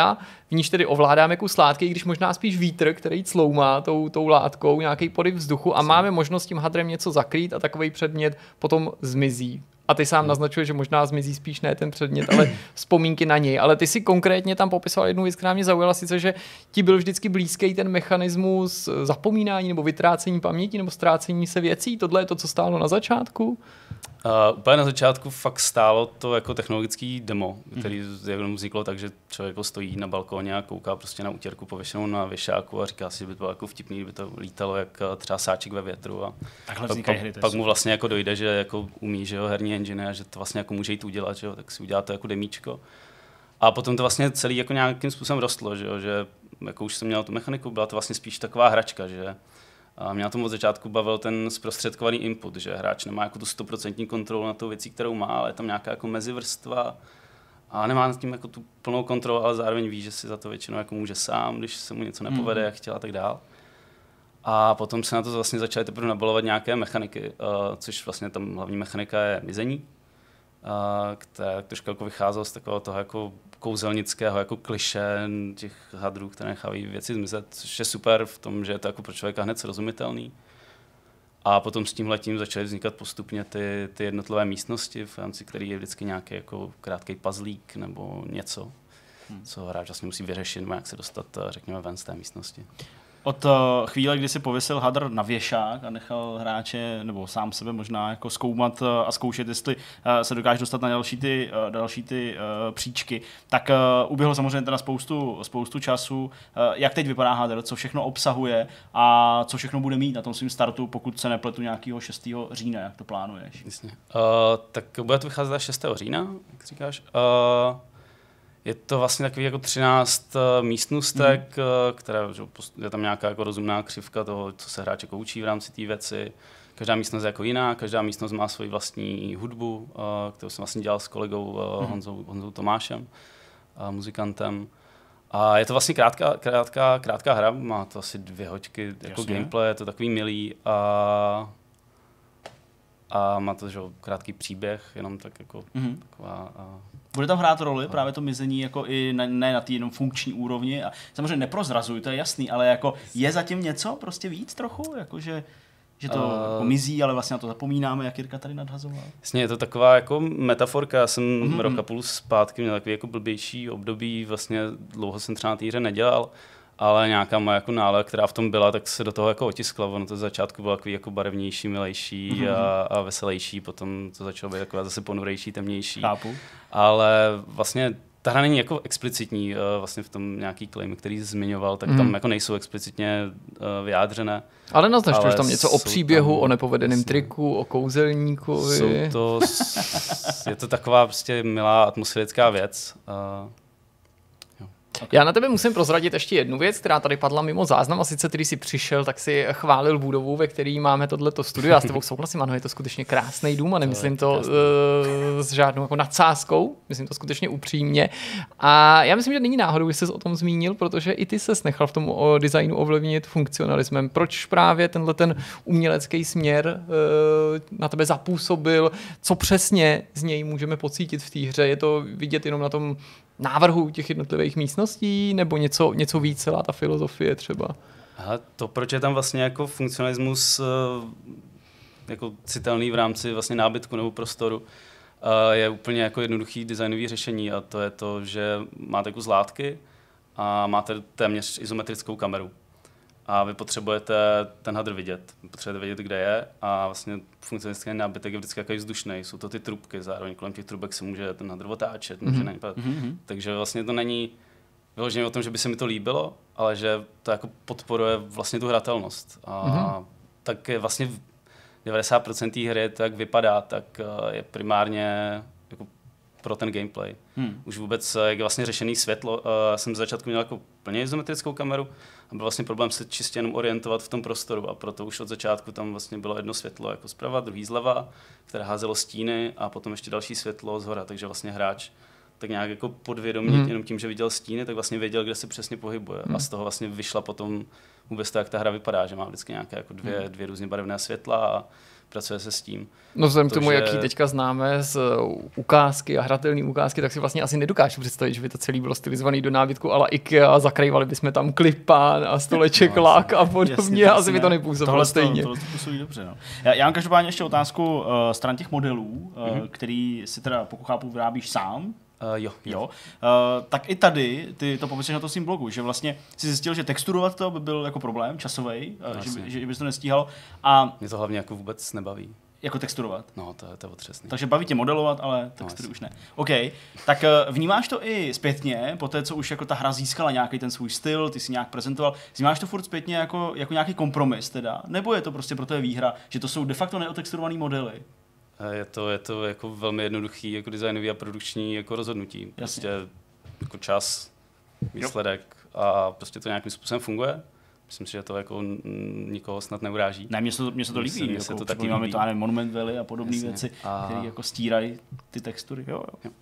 v níž tedy ovládáme kus látky, i když možná spíš vítr, který cloumá tou látkou, nějaký podyv vzduchu a máme možnost tím hadrem něco zakrýt a takový předmět potom zmizí. A ty sám naznačuje, že možná zmizí spíš ne ten předmět, ale vzpomínky na něj. Ale ty si konkrétně tam popisoval jednu věc, která mě zaujala, sice, že ti byl vždycky blízký ten mechanismus zapomínání nebo vytrácení paměti nebo ztrácení se věcí. Tohle je to, co stálo na začátku? Úplně na začátku fakt stálo to jako technologický demo, který vzniklo tak, že člověk stojí na balkóně a kouká prostě na utěrku pověšenou na věšáku a říká si, že by to bylo jako vtipný, kdyby to lítalo jak třeba sáček ve větru. A pak mu vlastně jako dojde, že jako umí, že jo, herní engine a že to vlastně jako může jít udělat, že jo, tak si udělá to jako demíčko. A potom to vlastně celý jako nějakým způsobem rostlo, že jo, že jako už jsem měl tu mechaniku, byla to vlastně spíš taková hračka, že a mě na tom od začátku bavil ten zprostředkovaný input, že hráč nemá jako tu 100% kontrolu na tou věcí, kterou má, ale je tam nějaká jako mezivrstva a nemá nad tím jako tu plnou kontrolu, ale zároveň ví, že si za to většinou jako může sám, když se mu něco nepovede, jak chtěl a tak dál. A potom se na to vlastně začaly teprve nabalovat nějaké mechaniky, což vlastně tam hlavní mechanika je mizení, které trošku jako vycházelo z takového toho jako kouzelnického jako klišé těch hadrů, které nechávají věci zmizet, což je super v tom, že je to jako pro člověka hned srozumitelný. A potom s tímhletím začaly vznikat postupně ty jednotlivé místnosti, v rámci který je vždycky nějaký jako krátký puzzlík nebo něco, co hráč vlastně musí vyřešit, nebo jak se dostat, řekněme, ven z té místnosti. Od chvíle, kdy si pověsil hadr na věšák a nechal hráče, nebo sám sebe možná jako zkoumat a zkoušet, jestli se dokáže dostat na další ty příčky, tak uběhlo samozřejmě teda spoustu času. Jak teď vypadá hadr, co všechno obsahuje a co všechno bude mít na tom svým startu, pokud se nepletu nějakého 6. října, jak to plánuješ? Jasně. Tak bude to vycházet 6. října, jak říkáš. Je to vlastně takový jako 13 místnostek, které je tam nějaká jako rozumná křivka toho, co se hráč jako učí v rámci té věci. Každá místnost je jako jiná, každá místnost má svoji vlastní hudbu, kterou jsem vlastně dělal s kolegou Honzou Tomášem, muzikantem. A je to vlastně krátká hra, má to asi 2 hoďky jako gameplay, je to takový milý a má to že, krátký příběh, jenom tak jako taková... Bude tam hrát roli právě to mizení jako i ne na té jenom funkční úrovni a samozřejmě neprozrazuj, to je jasný, ale jako je zatím něco prostě víc trochu, jakože že to jako mizí, ale vlastně na to zapomínáme, jak Jirka tady nadhazoval. Jasně, je to taková jako metaforka, já jsem rok a půl zpátky měl takový jako blbější období, vlastně dlouho jsem třeba na té hře nedělal, ale nějaká moje jako nálada, která v tom byla, tak se do toho jako otiskla. Ono to z začátku bylo takový jako barevnější, milejší a veselější, potom to začalo být taková zase ponurejší, temnější. Chápu. Ale vlastně ta hra není jako explicitní, vlastně v tom nějaký claim, který zmiňoval, tak tam jako nejsou explicitně vyjádřené. Ale naznačuješ tam něco o příběhu, o nepovedeném triku, o kouzelníkovi. Je to taková prostě milá atmosférická věc. Okay. Já na tebe musím prozradit ještě jednu věc, která tady padla mimo záznam, a sice když jsi přišel, tak si chválil budovu, ve který máme tohleto studio. Já s tebou souhlasím, ano, je to skutečně krásný dům a nemyslím to s žádnou jako nadsázkou, myslím to skutečně upřímně. A já myslím, že není náhodou, že jsi o tom zmínil, protože i ty ses nechal v tom designu ovlivnit funkcionalismem. Proč právě tenhle ten umělecký směr na tebe zapůsobil? Co přesně z něj můžeme pocítit v té hře? Je to vidět jenom na tom návrhu těch jednotlivých místností, nebo něco víc, celá ta filozofie třeba? Aha, to, proč je tam vlastně jako funkcionalismus jako citelný v rámci vlastně nábytku nebo prostoru, je úplně jako jednoduchý designový řešení, a to je to, že máte kus látky a máte téměř izometrickou kameru. A vy potřebujete ten hadr vidět. Potřebujete vědět, kde je, a vlastně funkcionistický nábytek je vždycky takový vzdušný. Jsou to ty trubky, zároveň kolem těch trubek se může ten hadr otáčet, může nejpat. Takže vlastně to není vyloženě o tom, že by se mi to líbilo, ale že to jako podporuje vlastně tu hratelnost. A tak je vlastně 90% té hry, to jak vypadá, tak je primárně jako pro ten gameplay. Už vůbec, jak je vlastně řešený světlo, jsem z začátku měl jako plně izometrickou kameru a byl vlastně problém se čistě jenom orientovat v tom prostoru, a proto už od začátku tam vlastně bylo jedno světlo jako zprava, druhý zleva, které házelo stíny, a potom ještě další světlo zhora, takže vlastně hráč tak nějak jako podvědomě, jenom tím, že viděl stíny, tak vlastně věděl, kde se přesně pohybuje, a z toho vlastně vyšla potom vůbec to, jak ta hra vypadá, že má vždycky nějaké jako dvě různě barevné světla, a pracuje se s tím. No vzhledem k tomu, jaký teďka známe z ukázky a hratelné ukázky, tak si vlastně asi nedokážu představit, že by to celé bylo stylizované do nábytku ale IKEA a zakrývali bychom tam klipán a stoleček lák a podobně. Jasně, asi by to nepůsobilo stejně. Tohle působí dobře. No. Já mám každopádně ještě otázku stran těch modelů, který si teda, pokud chápu, vyrábíš sám. Jo. Tak i tady, ty to popisuješ na tom svým blogu, že vlastně si zjistil, že texturovat to by byl jako problém časový, že bys to nestíhal. A mě to hlavně jako vůbec nebaví. Jako texturovat? No, to je otřesný. Takže baví tě modelovat, ale textury už ne. OK, tak vnímáš to i zpětně, po té, co už jako ta hra získala nějaký ten svůj styl, ty si nějak prezentoval, vnímáš to furt zpětně jako nějaký kompromis teda? Nebo je to prostě pro tebe výhra, že to jsou de facto neotexturované modely? Je to jako velmi jednoduchý jako designový a produkční jako rozhodnutí. Prostě jako čas, výsledek a prostě to nějakým způsobem funguje. Myslím si, že to jako nikoho snad neuráží. Ne, mně se to líbí. Mně se to taky líbí. To Monument Valley a podobné věci, které jako stírají ty textury. Jo.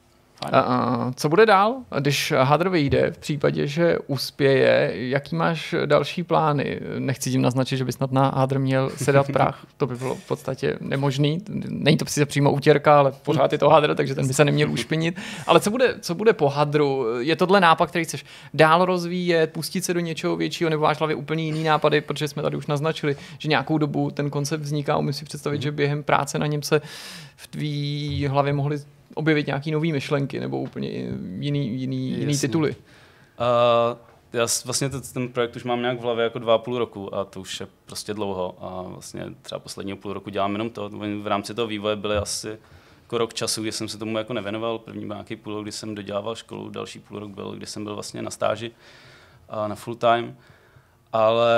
Co bude dál, když Hadr vyjde, v případě, že uspěje, jaký máš další plány? Nechci tím naznačit, že by snad na Hadr měl sedat prach, to by bylo v podstatě nemožný. Není to sice přímo útěrka, ale pořád je to Hadr, takže ten by se neměl ušpinit. Ale co bude po Hadru? Je tohle nápad, který chceš dál rozvíjet, pustit se do něčeho většího, nebo máš v hlavě úplně jiný nápady, protože jsme tady už naznačili, že nějakou dobu ten koncept vzniká, umím si představit, že během práce na něm se v tvý hlavě mohli objevit nějaký nový myšlenky nebo úplně jiný tituly. Já vlastně ten projekt už mám nějak v hlavě jako 2,5 roku a to už je prostě dlouho a vlastně třeba posledního půl roku dělám jenom to. V rámci toho vývoje byly asi jako rok času, kdy jsem se tomu jako nevěnoval. První byl nějaký půl rok, kdy jsem dodělával školu, další půl rok byl, kdy jsem byl vlastně na stáži a na full time. Ale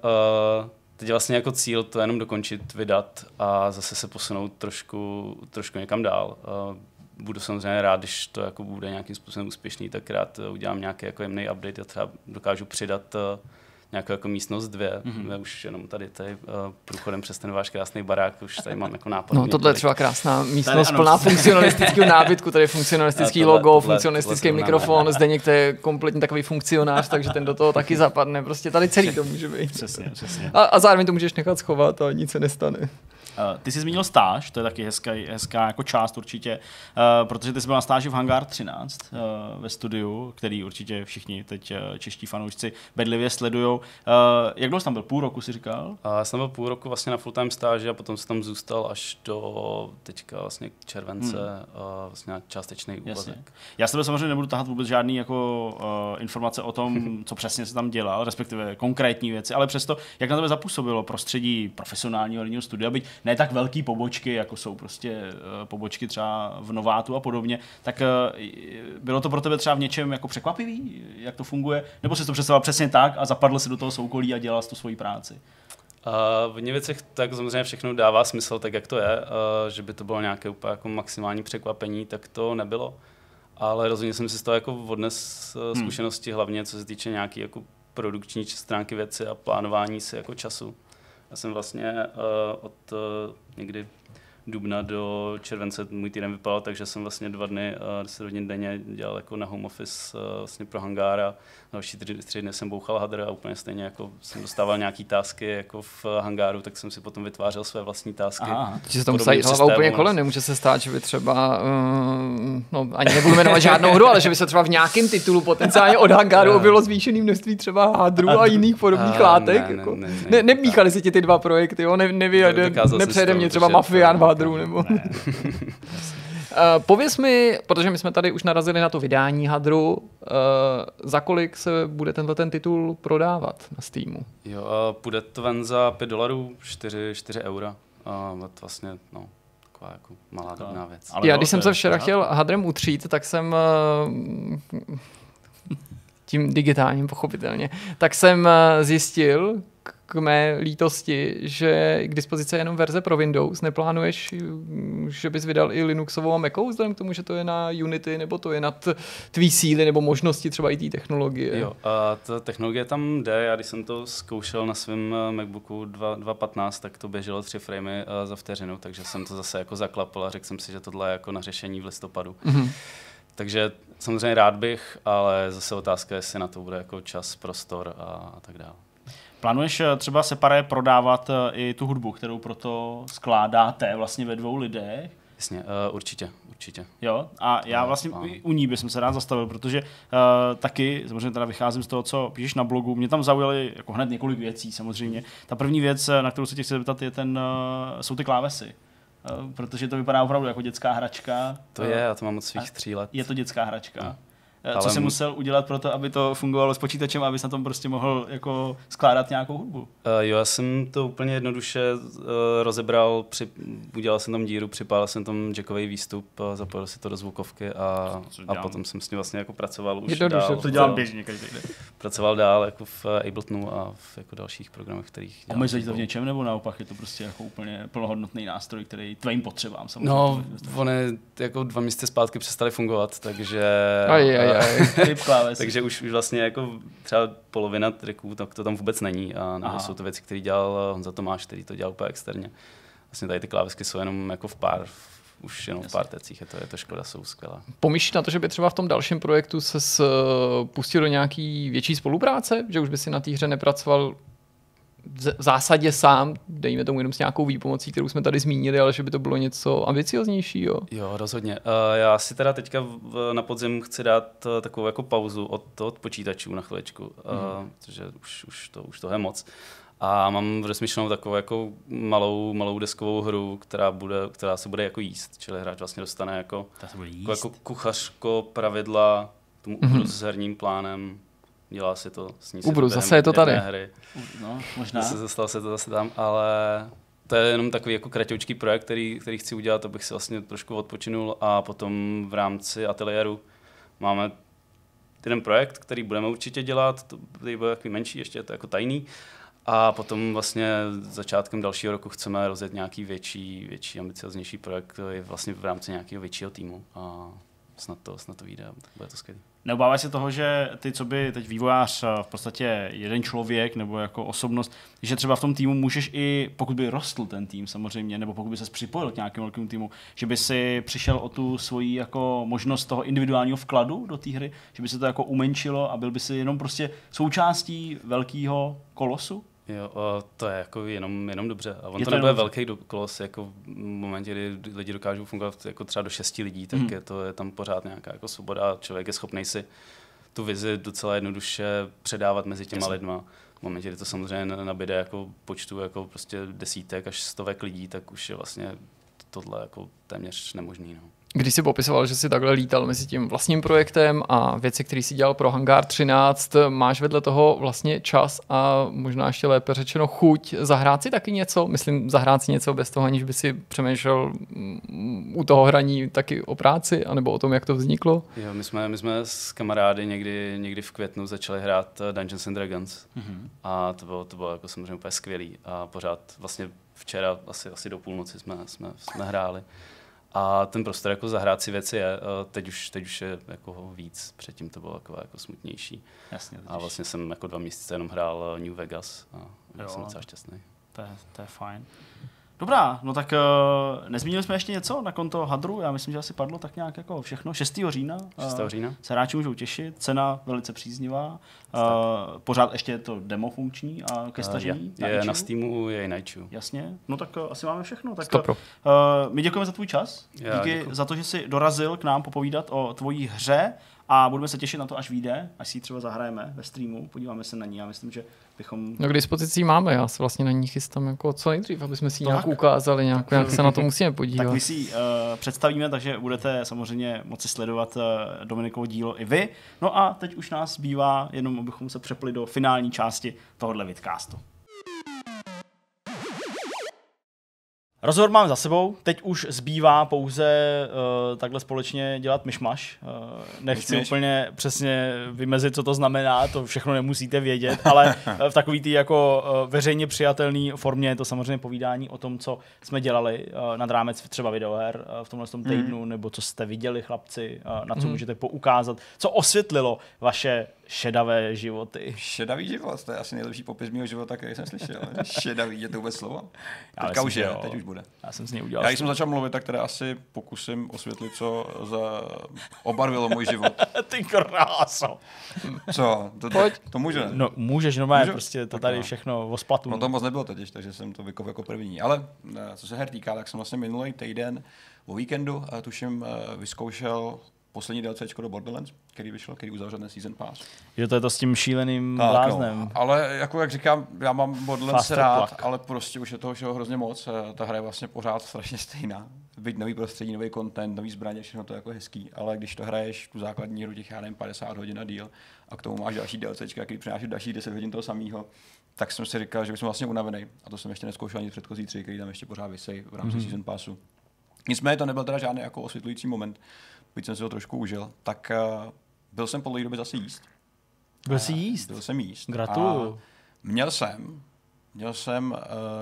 teď je vlastně jako cíl to jenom dokončit, vydat a zase se posunout trošku někam dál. Budu samozřejmě rád, když to jako bude nějakým způsobem úspěšný, tak rád udělám nějaký jako jemný update a třeba dokážu přidat nějakou jako místnost 2. Už jenom tady průchodem přes ten váš krásný barák, už tady mám jako nápad. No tohle je třeba krásná místnost plná funkcionalistického nábytku, tady funkcionalistický logo, funkcionalistický mikrofon, zde někde kompletně takový funkcionář, takže ten do toho taky zapadne. Prostě tady celý to může být. Přesně. A zároveň to můžeš nechat schovat a nic se nestane. Ty jsi zmínil stáž, to je taky hezká jako část určitě, protože ty jsi byl na stáži v Hangar 13 ve studiu, který určitě všichni teď čeští fanoušci bedlivě sledujou. Jak dlouho jsi tam byl? Půl roku si říkal? Já jsem byl půl roku vlastně na full-time stáži a potom jsem tam zůstal až do teďka vlastně července vlastně na částečný úvazek. Já s tebe samozřejmě nebudu tahat vůbec žádný jako informace o tom, co přesně se tam dělal, respektive konkrétní věci, ale přesto, jak na tebe zapůsobilo prostředí profesionálního herního studia, byť ne tak velký pobočky, jako jsou prostě pobočky třeba v Novátu a podobně, tak bylo to pro tebe třeba v něčem jako překvapivý, jak to funguje? Nebo jsi to představil přesně tak a zapadl si do toho soukolí a dělal jsi tu svoji práci? V hodně věcech tak samozřejmě všechno dává smysl, tak jak to je, že by to bylo nějaké úplně jako maximální překvapení, tak to nebylo. Ale rozhodně jsem si z toho jako odnes zkušenosti, hlavně co se týče nějaké jako produkční stránky věci a plánování si jako času. Já jsem vlastně od někdy dubna do července můj týden vypadal, takže jsem vlastně 2 dny, 10 hodin denně dělal jako na home office vlastně pro Hangár a další 3 dny jsem bouchal Hadr a úplně stejně jako jsem dostával nějaký tásky jako v Hangáru, tak jsem si potom vytvářel své vlastní tásky. Takže se tomu stají hlava úplně kolem, nemůže se stát, že by třeba, no ani nebudu jmenovat žádnou hru, ale že by se třeba v nějakém titulu potenciálně od Hangáru objevilo zvýšené množství třeba hadrů a jiných podobných látek. Nemíchali se ti ty dva projekty, jo? Nepřejede mě třeba Mafián v hadru, nebo... Pověz mi, protože my jsme tady už narazili na to vydání hadru, za kolik se bude ten titul prodávat na Steamu? Jo, půjde to ven za $5, 4 eura. To vlastně, no, taková jako malá drobná věc. Já, když jsem se včera chtěl hadrem utřít, tak jsem tím digitálním pochopitelně, tak jsem zjistil k mé lítosti, že k dispozici je jenom verze pro Windows. Neplánuješ, že bys vydal i Linuxovou a Macovou, vzhledem k tomu, že to je na Unity, nebo to je nad tvý síly, nebo možnosti třeba i té technologie? Jo, a ta technologie tam jde. Já když jsem to zkoušel na svém MacBooku 2.15, tak to běželo 3 framey za vteřinu, takže jsem to zase jako zaklapl a řekl jsem si, že tohle je jako na řešení v listopadu. Mm-hmm. Takže samozřejmě rád bych, ale zase otázka, jestli na to bude jako čas, prostor a tak dále. Plánuješ třeba separé prodávat i tu hudbu, kterou proto skládáte vlastně ve 2 lidech? Jasně, určitě. Jo, a já vlastně u ní bych se rád zastavil, protože taky, samozřejmě teda vycházím z toho, co píšeš na blogu, mě tam zaujaly jako hned několik věcí samozřejmě. Ta první věc, na kterou se tě chci zeptat, jsou ty klávesy. Protože to vypadá opravdu jako dětská hračka. To je, já to mám od svých 3 let. Je to dětská hračka. Co jsi musel udělat pro to, aby to fungovalo s počítačem, aby jsi na tom prostě mohl jako skládat nějakou hudbu? Jo, já jsem to úplně jednoduše rozebral, udělal jsem tam díru, připálil jsem tam jackový výstup, zapojil si to do zvukovky a potom jsem s ním vlastně jako pracoval už dál. To dělám běžně každý den. Pracoval dál jako v Abletonu a v jako dalších programech, kterých dělám. Omezí to v něčem, nebo naopak je to prostě jako úplně plnohodnotný nástroj, který tvým potřebám samozřejmě? No, oni jako 2 měsíce zpátky přestali fungovat, takže... Takže už vlastně jako třeba polovina tricků, tak to tam vůbec není a jsou to věci, které dělal Honza Tomáš, který to dělal úplně externě. Vlastně tady ty klávesky jsou jenom jako v pár tecích, je to škoda, jsou skvělé. Pomýšlíš na to, že by třeba v tom dalším projektu se pustil do nějaký větší spolupráce, že už by si na té hře nepracoval v zásadě sám, dejme tomu jenom s nějakou výpomocí, kterou jsme tady zmínili, ale že by to bylo něco ambicioznějšího? Jo, rozhodně. Já si teda teďka na podzim chci dát takovou jako pauzu od počítačů na chviličku, protože už to je moc. A mám rozmyšlenou takovou jako malou deskovou hru, která se bude jako jíst, čili hráč vlastně dostane jako kuchařko pravidla tomu hru s herním plánem. Dělá si to s ní. Zase je to tady. Hry. No, možná. Stalo se to zase tam, ale to je jenom takový jako kratoučký projekt, který chci udělat, abych si vlastně trošku odpočinul a potom v rámci ateliéru máme jeden projekt, který budeme určitě dělat, to bude takový menší, ještě je to jako tajný. A potom vlastně začátkem dalšího roku chceme rozjet nějaký větší ambicioznější projekt vlastně v rámci nějakého většího týmu a snad to vyjde, bude to skvělé. Neobáváš se toho, že ty, co by teď vývojář v podstatě jeden člověk nebo jako osobnost, že třeba v tom týmu můžeš i, pokud by rostl ten tým samozřejmě, nebo pokud by ses připojil k nějakému velkému týmu, že by si přišel o tu svoji jako možnost toho individuálního vkladu do té hry, že by se to jako umenšilo a byl by si jenom prostě součástí velkého kolosu? Jo, to je jako jenom dobře. A on to nebude velký kolos, jako v momentě, kdy lidi dokážou fungovat jako třeba do 6 lidí, tak je tam pořád nějaká jako svoboda. Člověk je schopný si tu vizi docela jednoduše předávat mezi těma lidma. V momentě, kdy to samozřejmě nabíde jako počtu jako prostě desítek až 100 lidí, tak už je vlastně tohle jako téměř nemožný. No. Když jsi popisoval, že jsi takhle lítal mezi tím vlastním projektem a věci, které jsi dělal pro Hangar 13, máš vedle toho vlastně čas a možná ještě lépe řečeno chuť zahrát si taky něco? Myslím, zahrát si něco bez toho, aniž by si přemýšlel u toho hraní taky o práci, anebo o tom, jak to vzniklo? Jo, my jsme s kamarády někdy v květnu začali hrát Dungeons and Dragons a to bylo jako samozřejmě úplně skvělý a pořád vlastně včera asi do půlnoci jsme hráli. A ten prostor jako zahrát si věci je, teď už je jako víc, předtím to bylo jako smutnější. Jasně, a vlastně jsem jako 2 měsíce jenom hrál New Vegas a jsem docela šťastný. To je fajn. Dobrá, no tak nezmínili jsme ještě něco na konto hadru, já myslím, že asi padlo tak nějak jako všechno. 6. října. Se hráči můžou těšit, cena velice příznivá, pořád ještě je to demo funkční a ke stažení. Je na Steamu, je i na iTunes. Jasně, no tak asi máme všechno. Tak, my děkujeme za tvůj čas, díky za to, že jsi dorazil k nám popovídat o tvojí hře a budeme se těšit na to, až vyjde, až si ji třeba zahrajeme ve streamu, podíváme se na ní. Já myslím, že bychom... No, k dispozici máme, já se vlastně na ní chystám jako co nejdřív, aby jsme si ji nějak ukázali, nějak se na to musíme podívat. Tak my si představíme, takže budete samozřejmě moci sledovat Dominikovo dílo i vy. No a teď už nás zbývá jenom, abychom se přepli do finální části tohohle vidcastu. Rozhovor mám za sebou, teď už zbývá pouze takhle společně dělat myšmaš. Nechci úplně přesně vymezit, co to znamená, to všechno nemusíte vědět, ale v takový tý jako veřejně přijatelný formě je to samozřejmě povídání o tom, co jsme dělali nad rámec třeba videoher v tomhle týdnu, nebo co jste viděli, chlapci, na co můžete poukázat, co osvětlilo vaše šedavé životy. Šedavý život, to je asi nejlepší popis mého života, který jsem slyšel. Šedavý, je to vůbec slovo? Teďka už je, teď už bude. Já jsem s ní udělal. Já když jsem začal mluvit, tak teda asi pokusím osvětlit, co obarvilo můj život. Ty kráso. Co? To může? No, můžeš, normálně, prostě to tady všechno o splatu. No to moc nebylo totiž, takže jsem to vykop jako první. Ale co se her týká, tak jsem vlastně minulý týden o víkendu, tuším, vyzkoušel poslední DLCčko do Borderlands, který vyšel, který uzavřel ten Season Pass. Že to je to s tím šíleným bláznem. No, ale jako jak říkám, já mám Borderlands rád, ale prostě už je toho všeho hrozně moc. Ta hra je vlastně pořád strašně stejná. Byť nový prostředí, nový content, nový zbraně, všechno to je jako hezký, ale když to hraješ tu základní hru těch, já nevím, 50 hodin a díl a k tomu máš další DLCčka, který přináší další 10 hodin toho samého, tak jsem si říkal, že už jsem vlastně unavený. A to jsem ještě nezkoušel ani předchozí 3, který tam ještě pořád visej v rámci Season Passu. Nicméně to nebyl teda žádný jako osvětlující moment, byť jsem si ho trošku užil, tak byl jsem po dlouhé době zase jíst. Byl jsi jíst? Byl jsem jíst. Gratuluju. Měl jsem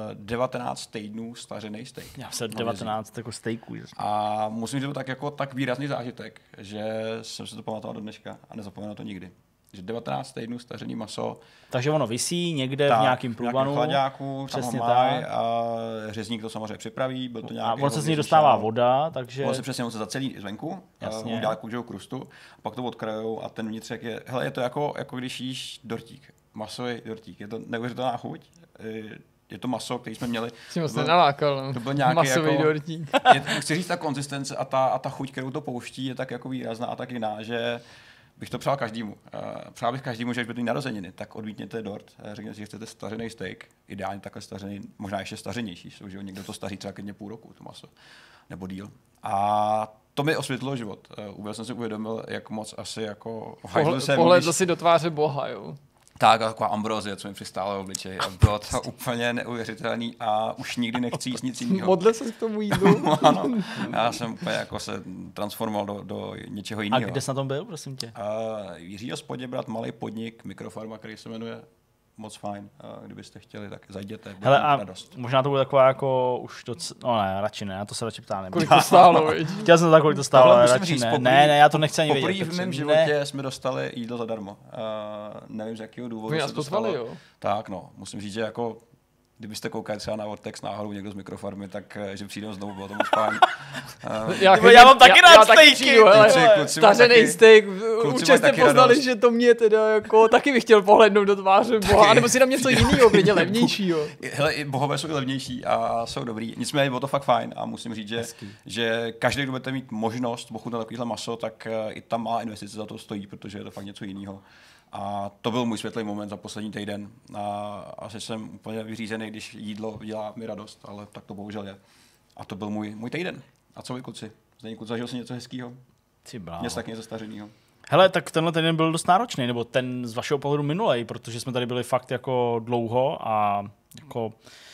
19 týdnů stařený steak. Já jsem 19 jako steaků. A musím říct, že to tak výrazný zážitek, že jsem se to pamatoval do dneška a nezapomenu to nikdy. Že 19 týdnů stařený maso. Takže ono visí někde v nějakém průvanu. V chladňáku, přesně tak. A řezník to samozřejmě připraví. Byl to nějaký a on se z ní dostává voda, takže... On se přesně se zacelí zvenku, udělá kůžovou krustu, a pak to odkrajou a ten vnitřek je... Hele, je to jako když jíš dortík, masový dortík. Je to neuvěřitelná chuť. Je to maso, který jsme měli. Jsem se nalákal. To byl nějaký masový jako, dortík. Chci říct, ta konzistence a ta chuť, kterou to pouští, je tak jako výrazná a tak jiná, že bych to přál každému. Přál bych každému, že když budete narozeniny, tak odmítněte dort. Řekněte si, že chcete stařený steak, ideálně takhle stařený, možná ještě stařenější, že někdo to staří třeba klidně půl roku, to maso, nebo díl. A to mi osvětlilo život. Vůbec jsem si uvědomil, jak moc asi jako... Pohled zase do tváře Boha, jo. Tak, taková ambrozie, co mi přistála v obličeji. A bylo to úplně neuvěřitelný a už nikdy nechci jíst nic jiného. Modle se k tomu jídlu. Ano, já jsem úplně jako se transformoval do něčeho jiného. A kde jsi na tom byl, prosím tě? Jiřího Spoděbrat, malý podnik, mikrofarma, který se jmenuje moc fajn. Kdybyste chtěli, tak zajděte. Hele, a radost. Možná to bude taková jako už no ne, radši ne, já to se radši ptám. Kolik to stálo, viď? Chtěl jsem tak, kolik to stálo, ale radši říct, ne. Ne, já to nechci ani vědět. Poprvé v mém životě jsme dostali jídlo zadarmo. Nevím, z jakého důvodu se dostalo. Jo? Tak no, musím říct, že jako kdybyste koukali třeba na Vortex náhodou někdo z mikrofarmy, tak že přijdou znovu, bylo to moc fajn. Já mám taky rád stejky. Stařený steak. Určitě jste poznali, že to mě teda jako taky bych chtěl pohlednout do tváře Boha, anebo si dám něco jiného, klidně levnějšího. Hele, i bohové jsou i levnější a jsou dobrý. Nicméně bylo to fakt fajn a musím říct, že každý, kdo budete mít možnost ochutnat takovýhle maso, tak i ta malá investice za to stojí, protože je to fakt něco jiného. A to byl můj světlý moment za poslední týden. A asi jsem úplně vyřízený, když jídlo dělá mi radost, ale tak to bohužel je. A to byl můj týden. A co vy, kluci? Zdeňku, zažil jsi něco hezkýho? Něco tak něco stařenýho? Hele, tak tenhle týden byl dost náročný, nebo ten z vašeho pohledu minulej, protože jsme tady byli fakt jako dlouho a jako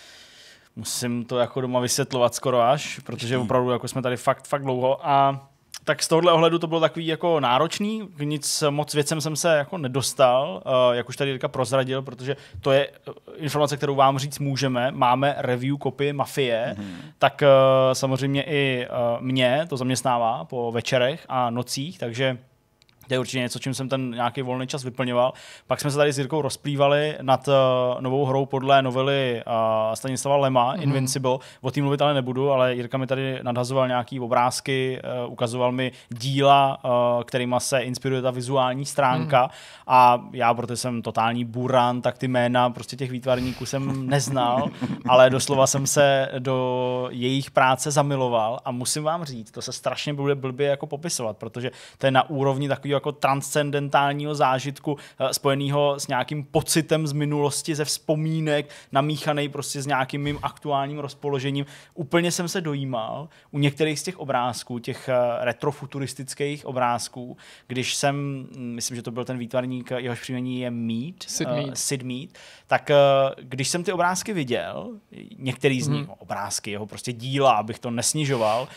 musím to jako doma vysvětlovat skoro až, protože opravdu jako jsme tady fakt dlouho a tak z tohohle ohledu to bylo takový jako náročný, nic moc věcem jsem se jako nedostal, jak už tady Jirka prozradil, protože to je informace, kterou vám říct můžeme, máme review kopie Mafie, tak samozřejmě i mě to zaměstnává po večerech a nocích, takže to je určitě něco, čím jsem ten nějaký volný čas vyplňoval. Pak jsme se tady s Jirkou rozplývali nad novou hrou podle novely Stanislava Lema, Invincible. O tím mluvit ale nebudu, ale Jirka mi tady nadhazoval nějaký obrázky, ukazoval mi díla, kterýma se inspiruje ta vizuální stránka a já, protože jsem totální buran, tak ty jména prostě těch výtvarníků jsem neznal, ale doslova jsem se do jejich práce zamiloval a musím vám říct, to se strašně bude blbě jako popisovat, protože to je na úrovni takového jako transcendentálního zážitku spojeného s nějakým pocitem z minulosti, ze vzpomínek, namíchaný prostě s nějakým mým aktuálním rozpoložením. Úplně jsem se dojímal u některých z těch obrázků, těch retrofuturistických obrázků, když jsem, myslím, že to byl ten výtvarník, jehož příjmení je Sid Mead, tak když jsem ty obrázky viděl, některý z nich obrázky, jeho prostě díla, abych to nesnižoval,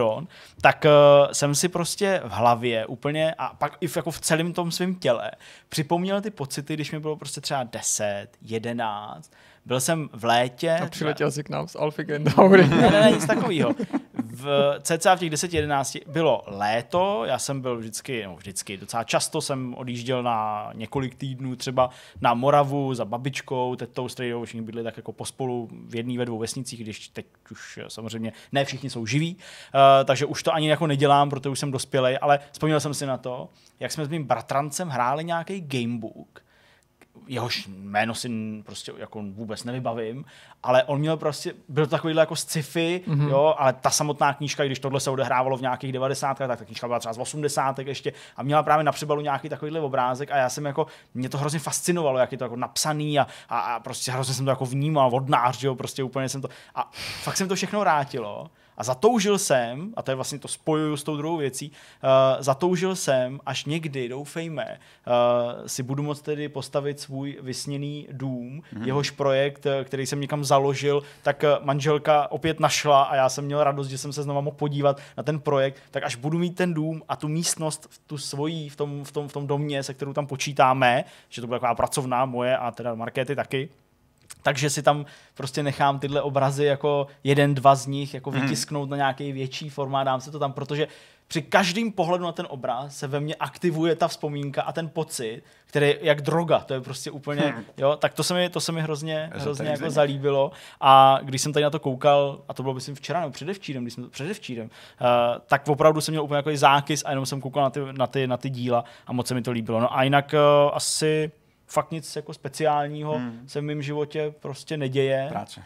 tak jsem si prostě v hlavě úplně a pak i jako v celém tom svém těle připomněl ty pocity, když mi bylo prostě třeba 10, 11, byl jsem v létě. A přiletěl si k nám z Alfy Centauri. Ne, nic takového. cca v těch 10-11 bylo léto, já jsem byl vždycky, docela často jsem odjížděl na několik týdnů třeba na Moravu za babičkou, tetou, strejou, všichni bydli tak jako pospolu v jedné, ve dvou vesnicích, když teď už samozřejmě ne všichni jsou živí, takže už to ani jako nedělám, protože už jsem dospělej, ale vzpomněl jsem si na to, jak jsme s mým bratrancem hráli nějaký gamebook, jehož jméno si prostě jako vůbec nevybavím, ale on měl prostě, byl to takovýhle jako sci-fi, jo, ale ta samotná knížka, když tohle se odehrávalo v nějakých 90, tak ta knížka byla třeba z 80 ještě a měla právě na přebalu nějaký takovýhle obrázek a já jsem jako, mě to hrozně fascinovalo, jak je to jako napsaný a prostě hrozně jsem to jako vnímal, vodnář, jo, prostě úplně jsem to, a fakt jsem to všechno vrátilo. A zatoužil jsem, a to je vlastně to spojuju s tou druhou věcí, zatoužil jsem, až někdy, doufejme, si budu moct tedy postavit svůj vysněný dům, jehož projekt, který jsem někam založil, tak manželka opět našla a já jsem měl radost, že jsem se znova mohl podívat na ten projekt, tak až budu mít ten dům a tu místnost, tu svoji v tom domě, se kterou tam počítáme, že to bude taková pracovná moje a teda Markéty taky, takže si tam prostě nechám tyhle obrazy jako 1-2 z nich jako vytisknout na nějaký větší formát, dám se to tam, protože při každém pohledu na ten obraz se ve mně aktivuje ta vzpomínka a ten pocit, který je jak droga, to je prostě úplně, jo, tak to se mi hrozně jako zalíbilo a když jsem tady na to koukal, a to bylo myslím včera nebo předevčírem, tak opravdu jsem měl úplně jako zákys a jenom jsem koukal na ty díla a moc se mi to líbilo. No a jinak asi fakt nic jako speciálního se v mém životě prostě neděje. Práce.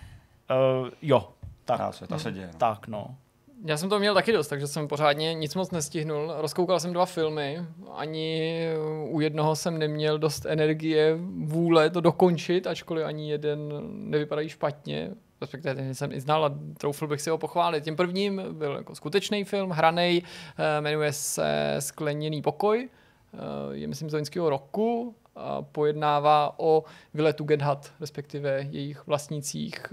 Jo. Tak. Práce, ta se děje. No. Tak, no. Já jsem to měl taky dost, takže jsem pořádně nic moc nestihnul. Rozkoukal jsem 2 filmy, ani u jednoho jsem neměl dost energie, vůle to dokončit, ačkoliv ani jeden nevypadají špatně. Respektive ten jsem i znal a troufl bych si ho pochválit. Tím prvním byl jako skutečný film, hranej, jmenuje se Skleněný pokoj, je myslím z loňského roku. A pojednává o vile Tugendhat, respektive jejich vlastnících.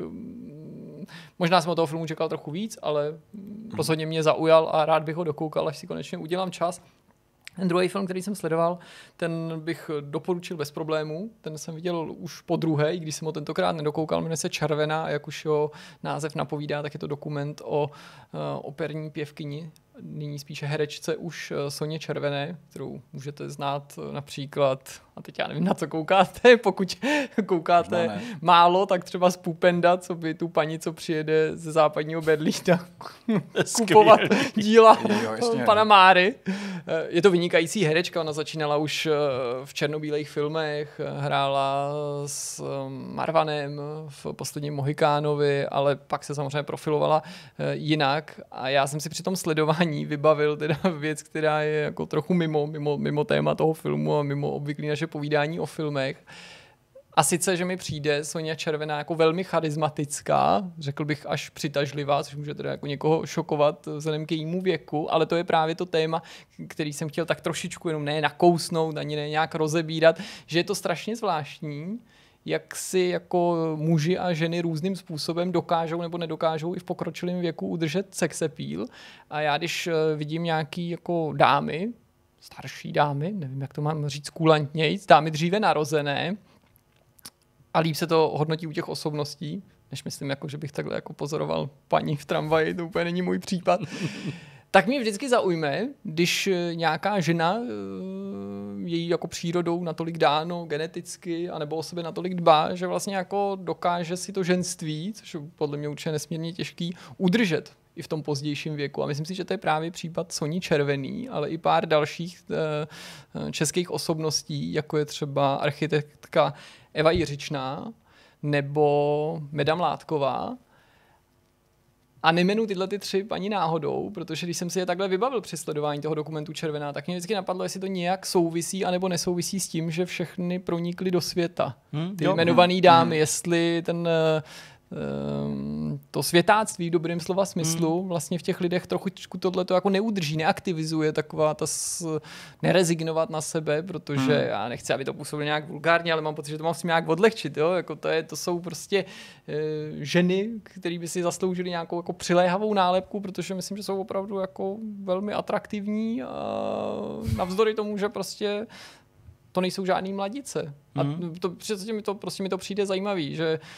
Možná jsem od toho filmu čekal trochu víc, ale rozhodně mě zaujal a rád bych ho dokoukal, až si konečně udělám čas. Ten druhý film, který jsem sledoval, ten bych doporučil bez problémů. Ten jsem viděl už po druhé, i když jsem ho tentokrát nedokoukal, jmenuje se Červená a jak už jeho název napovídá, tak je to dokument o operní pěvkyni, nyní spíše herečce už Soně Červené, kterou můžete znát například, a teď já nevím, na co koukáte, pokud koukáte málo, tak třeba z Pupenda, co by tu paní, co přijede ze západního Berlína kupovat díla pana Máry. Je to vynikající herečka, ona začínala už v černobílejch filmech, hrála s Marvanem v Posledním Mohikánovi, ale pak se samozřejmě profilovala jinak a já jsem si při tom sledování vybavil teda věc, která je jako trochu mimo téma toho filmu a mimo obvyklý naše povídání o filmech. A sice, že mi přijde Soňa Červená jako velmi charismatická, řekl bych až přitažlivá, což může teda jako někoho šokovat vzhledem k jejímu věku, ale to je právě to téma, který jsem chtěl tak trošičku jenom ne nakousnout, ani ne nějak rozebírat, že je to strašně zvláštní, jak si jako muži a ženy různým způsobem dokážou nebo nedokážou i v pokročilém věku udržet sex appeal. A já když vidím nějaký jako dámy, starší dámy, nevím, jak to mám říct kulantněji, dámy dříve narozené, a líp se to hodnotí u těch osobností, než myslím, jako, že bych takhle jako pozoroval paní v tramvaji, to úplně není můj případ, tak mě vždycky zaujme, když nějaká žena její jako přírodou natolik dáno geneticky, anebo o sebe natolik dbá, že vlastně jako dokáže si to ženství, což je podle mě určitě nesmírně těžký, udržet i v tom pozdějším věku. A myslím si, že to je právě případ Soni Červený, ale i pár dalších českých osobností, jako je třeba architektka Eva Jiřičná nebo Meda Mládková. A nejmenu tyhle 3 paní náhodou, protože když jsem si je takhle vybavil při sledování toho dokumentu Červená, tak mě vždycky napadlo, jestli to nějak souvisí anebo nesouvisí s tím, že všechny pronikly do světa. Ty jmenované dámy, jestli to světáctví v dobrém slova smyslu vlastně v těch lidech trochu tohleto jako neudrží, neaktivizuje, taková ta nerezignovat na sebe, protože já nechci, aby to působilo nějak vulgárně, ale mám pocit, že to mám s tím nějak odlehčit, jo? Jako to jsou prostě ženy, které by si zasloužily nějakou jako přiléhavou nálepku, protože myslím, že jsou opravdu jako velmi atraktivní a navzdory tomu, že prostě to nejsou žádný mladice. A mi to přijde zajímavý, že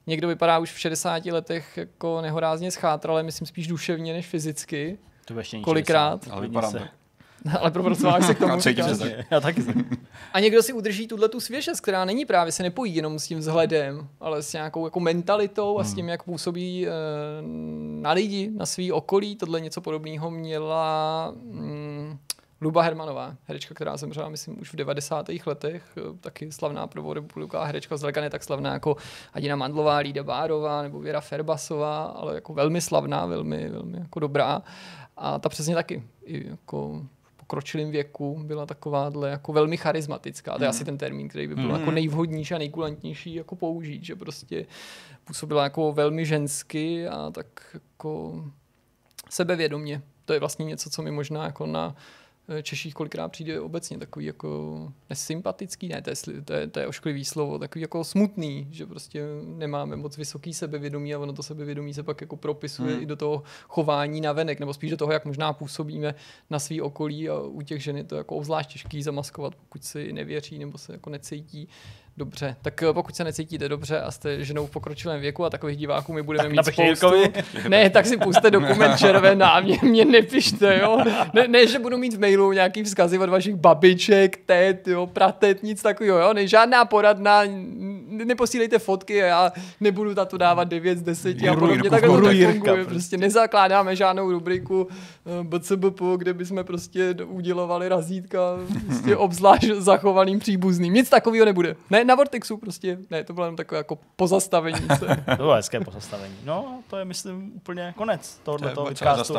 někdo vypadá už v 60 letech jako nehorázně schátral, ale myslím spíš duševně než fyzicky. To ještě Kolikrát. Ale vypadám tak. Ale propracováš se k tomu. Já taky jsem. A někdo si udrží tu svěžest, která není právě, se nepojí jenom s tím vzhledem, ale s nějakou jako mentalitou a s tím, jak působí na lidi, na svý okolí. Tohle něco podobného měla Luba Hermanová, herečka, která zemřela, myslím, už v 90. letech, taky slavná prvorepubliková herečka, zdaleka ne tak slavná jako Adina Mandlová, Lída Bárová nebo Věra Ferbasová, ale jako velmi slavná, velmi, velmi jako dobrá. A ta přesně taky i jako pokročilém věku byla takováhle jako velmi charismatická. To je asi ten termín, který by byl jako nejvhodnější a nejkulantnější jako použít, že prostě působila jako velmi žensky a tak jako sebevědomě. To je vlastně něco, co mi možná jako na Češích kolikrát přijde obecně takový jako nesympatický, ne, to je ošklivý slovo, takový jako smutný, že prostě nemáme moc vysoký sebevědomí a ono to sebevědomí se pak jako propisuje i do toho chování navenek, nebo spíš do toho, jak možná působíme na svý okolí a u těch žen je to jako obzvlášť těžký zamaskovat, pokud si nevěří nebo se jako necítí dobře. Tak pokud se necítíte dobře a jste ženou v pokročilém věku a takových diváků my budeme mít spoustu. Ne, tak si puste dokument Červená a mě nepište, jo. Ne, že budu mít v mailu nějaký vzkazy od vašich babiček, tet, jo, pratet, nic takového, jo. Ne, žádná poradna, neposílejte fotky a já nebudu tato dávat 9 z 10 a podobně. Takhle to funguje. Prostě nezakládáme žádnou rubriku BCBP, kde bychom prostě udělovali razítka prostě obzvlášť zachovaným příbuzným. Nic takového nebude. Ne, na Vortexu prostě, ne, to bylo jenom takové jako pozastavení se. To bylo hezké pozastavení. No, to je, myslím, úplně konec tohoto podcastu.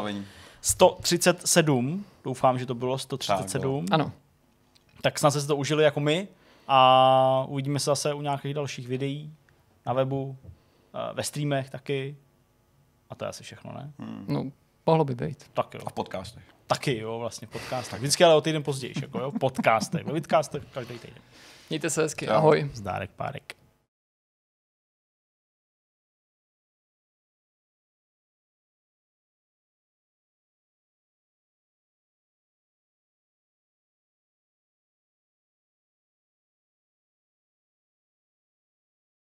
137, doufám, že to bylo 137. Ano. Tak snad se to užili jako my a uvidíme se zase u nějakých dalších videí na webu, ve streamech taky. A to je asi všechno, ne? No, mohlo by být. Tak jo. A v podcastech. Taky jo, vlastně v podcastech. Vždycky ale o týden později, jako jo, v podcastech. Ve vidcastech každý týden. Mějte se hezky, ahoj. Zdárek Párek.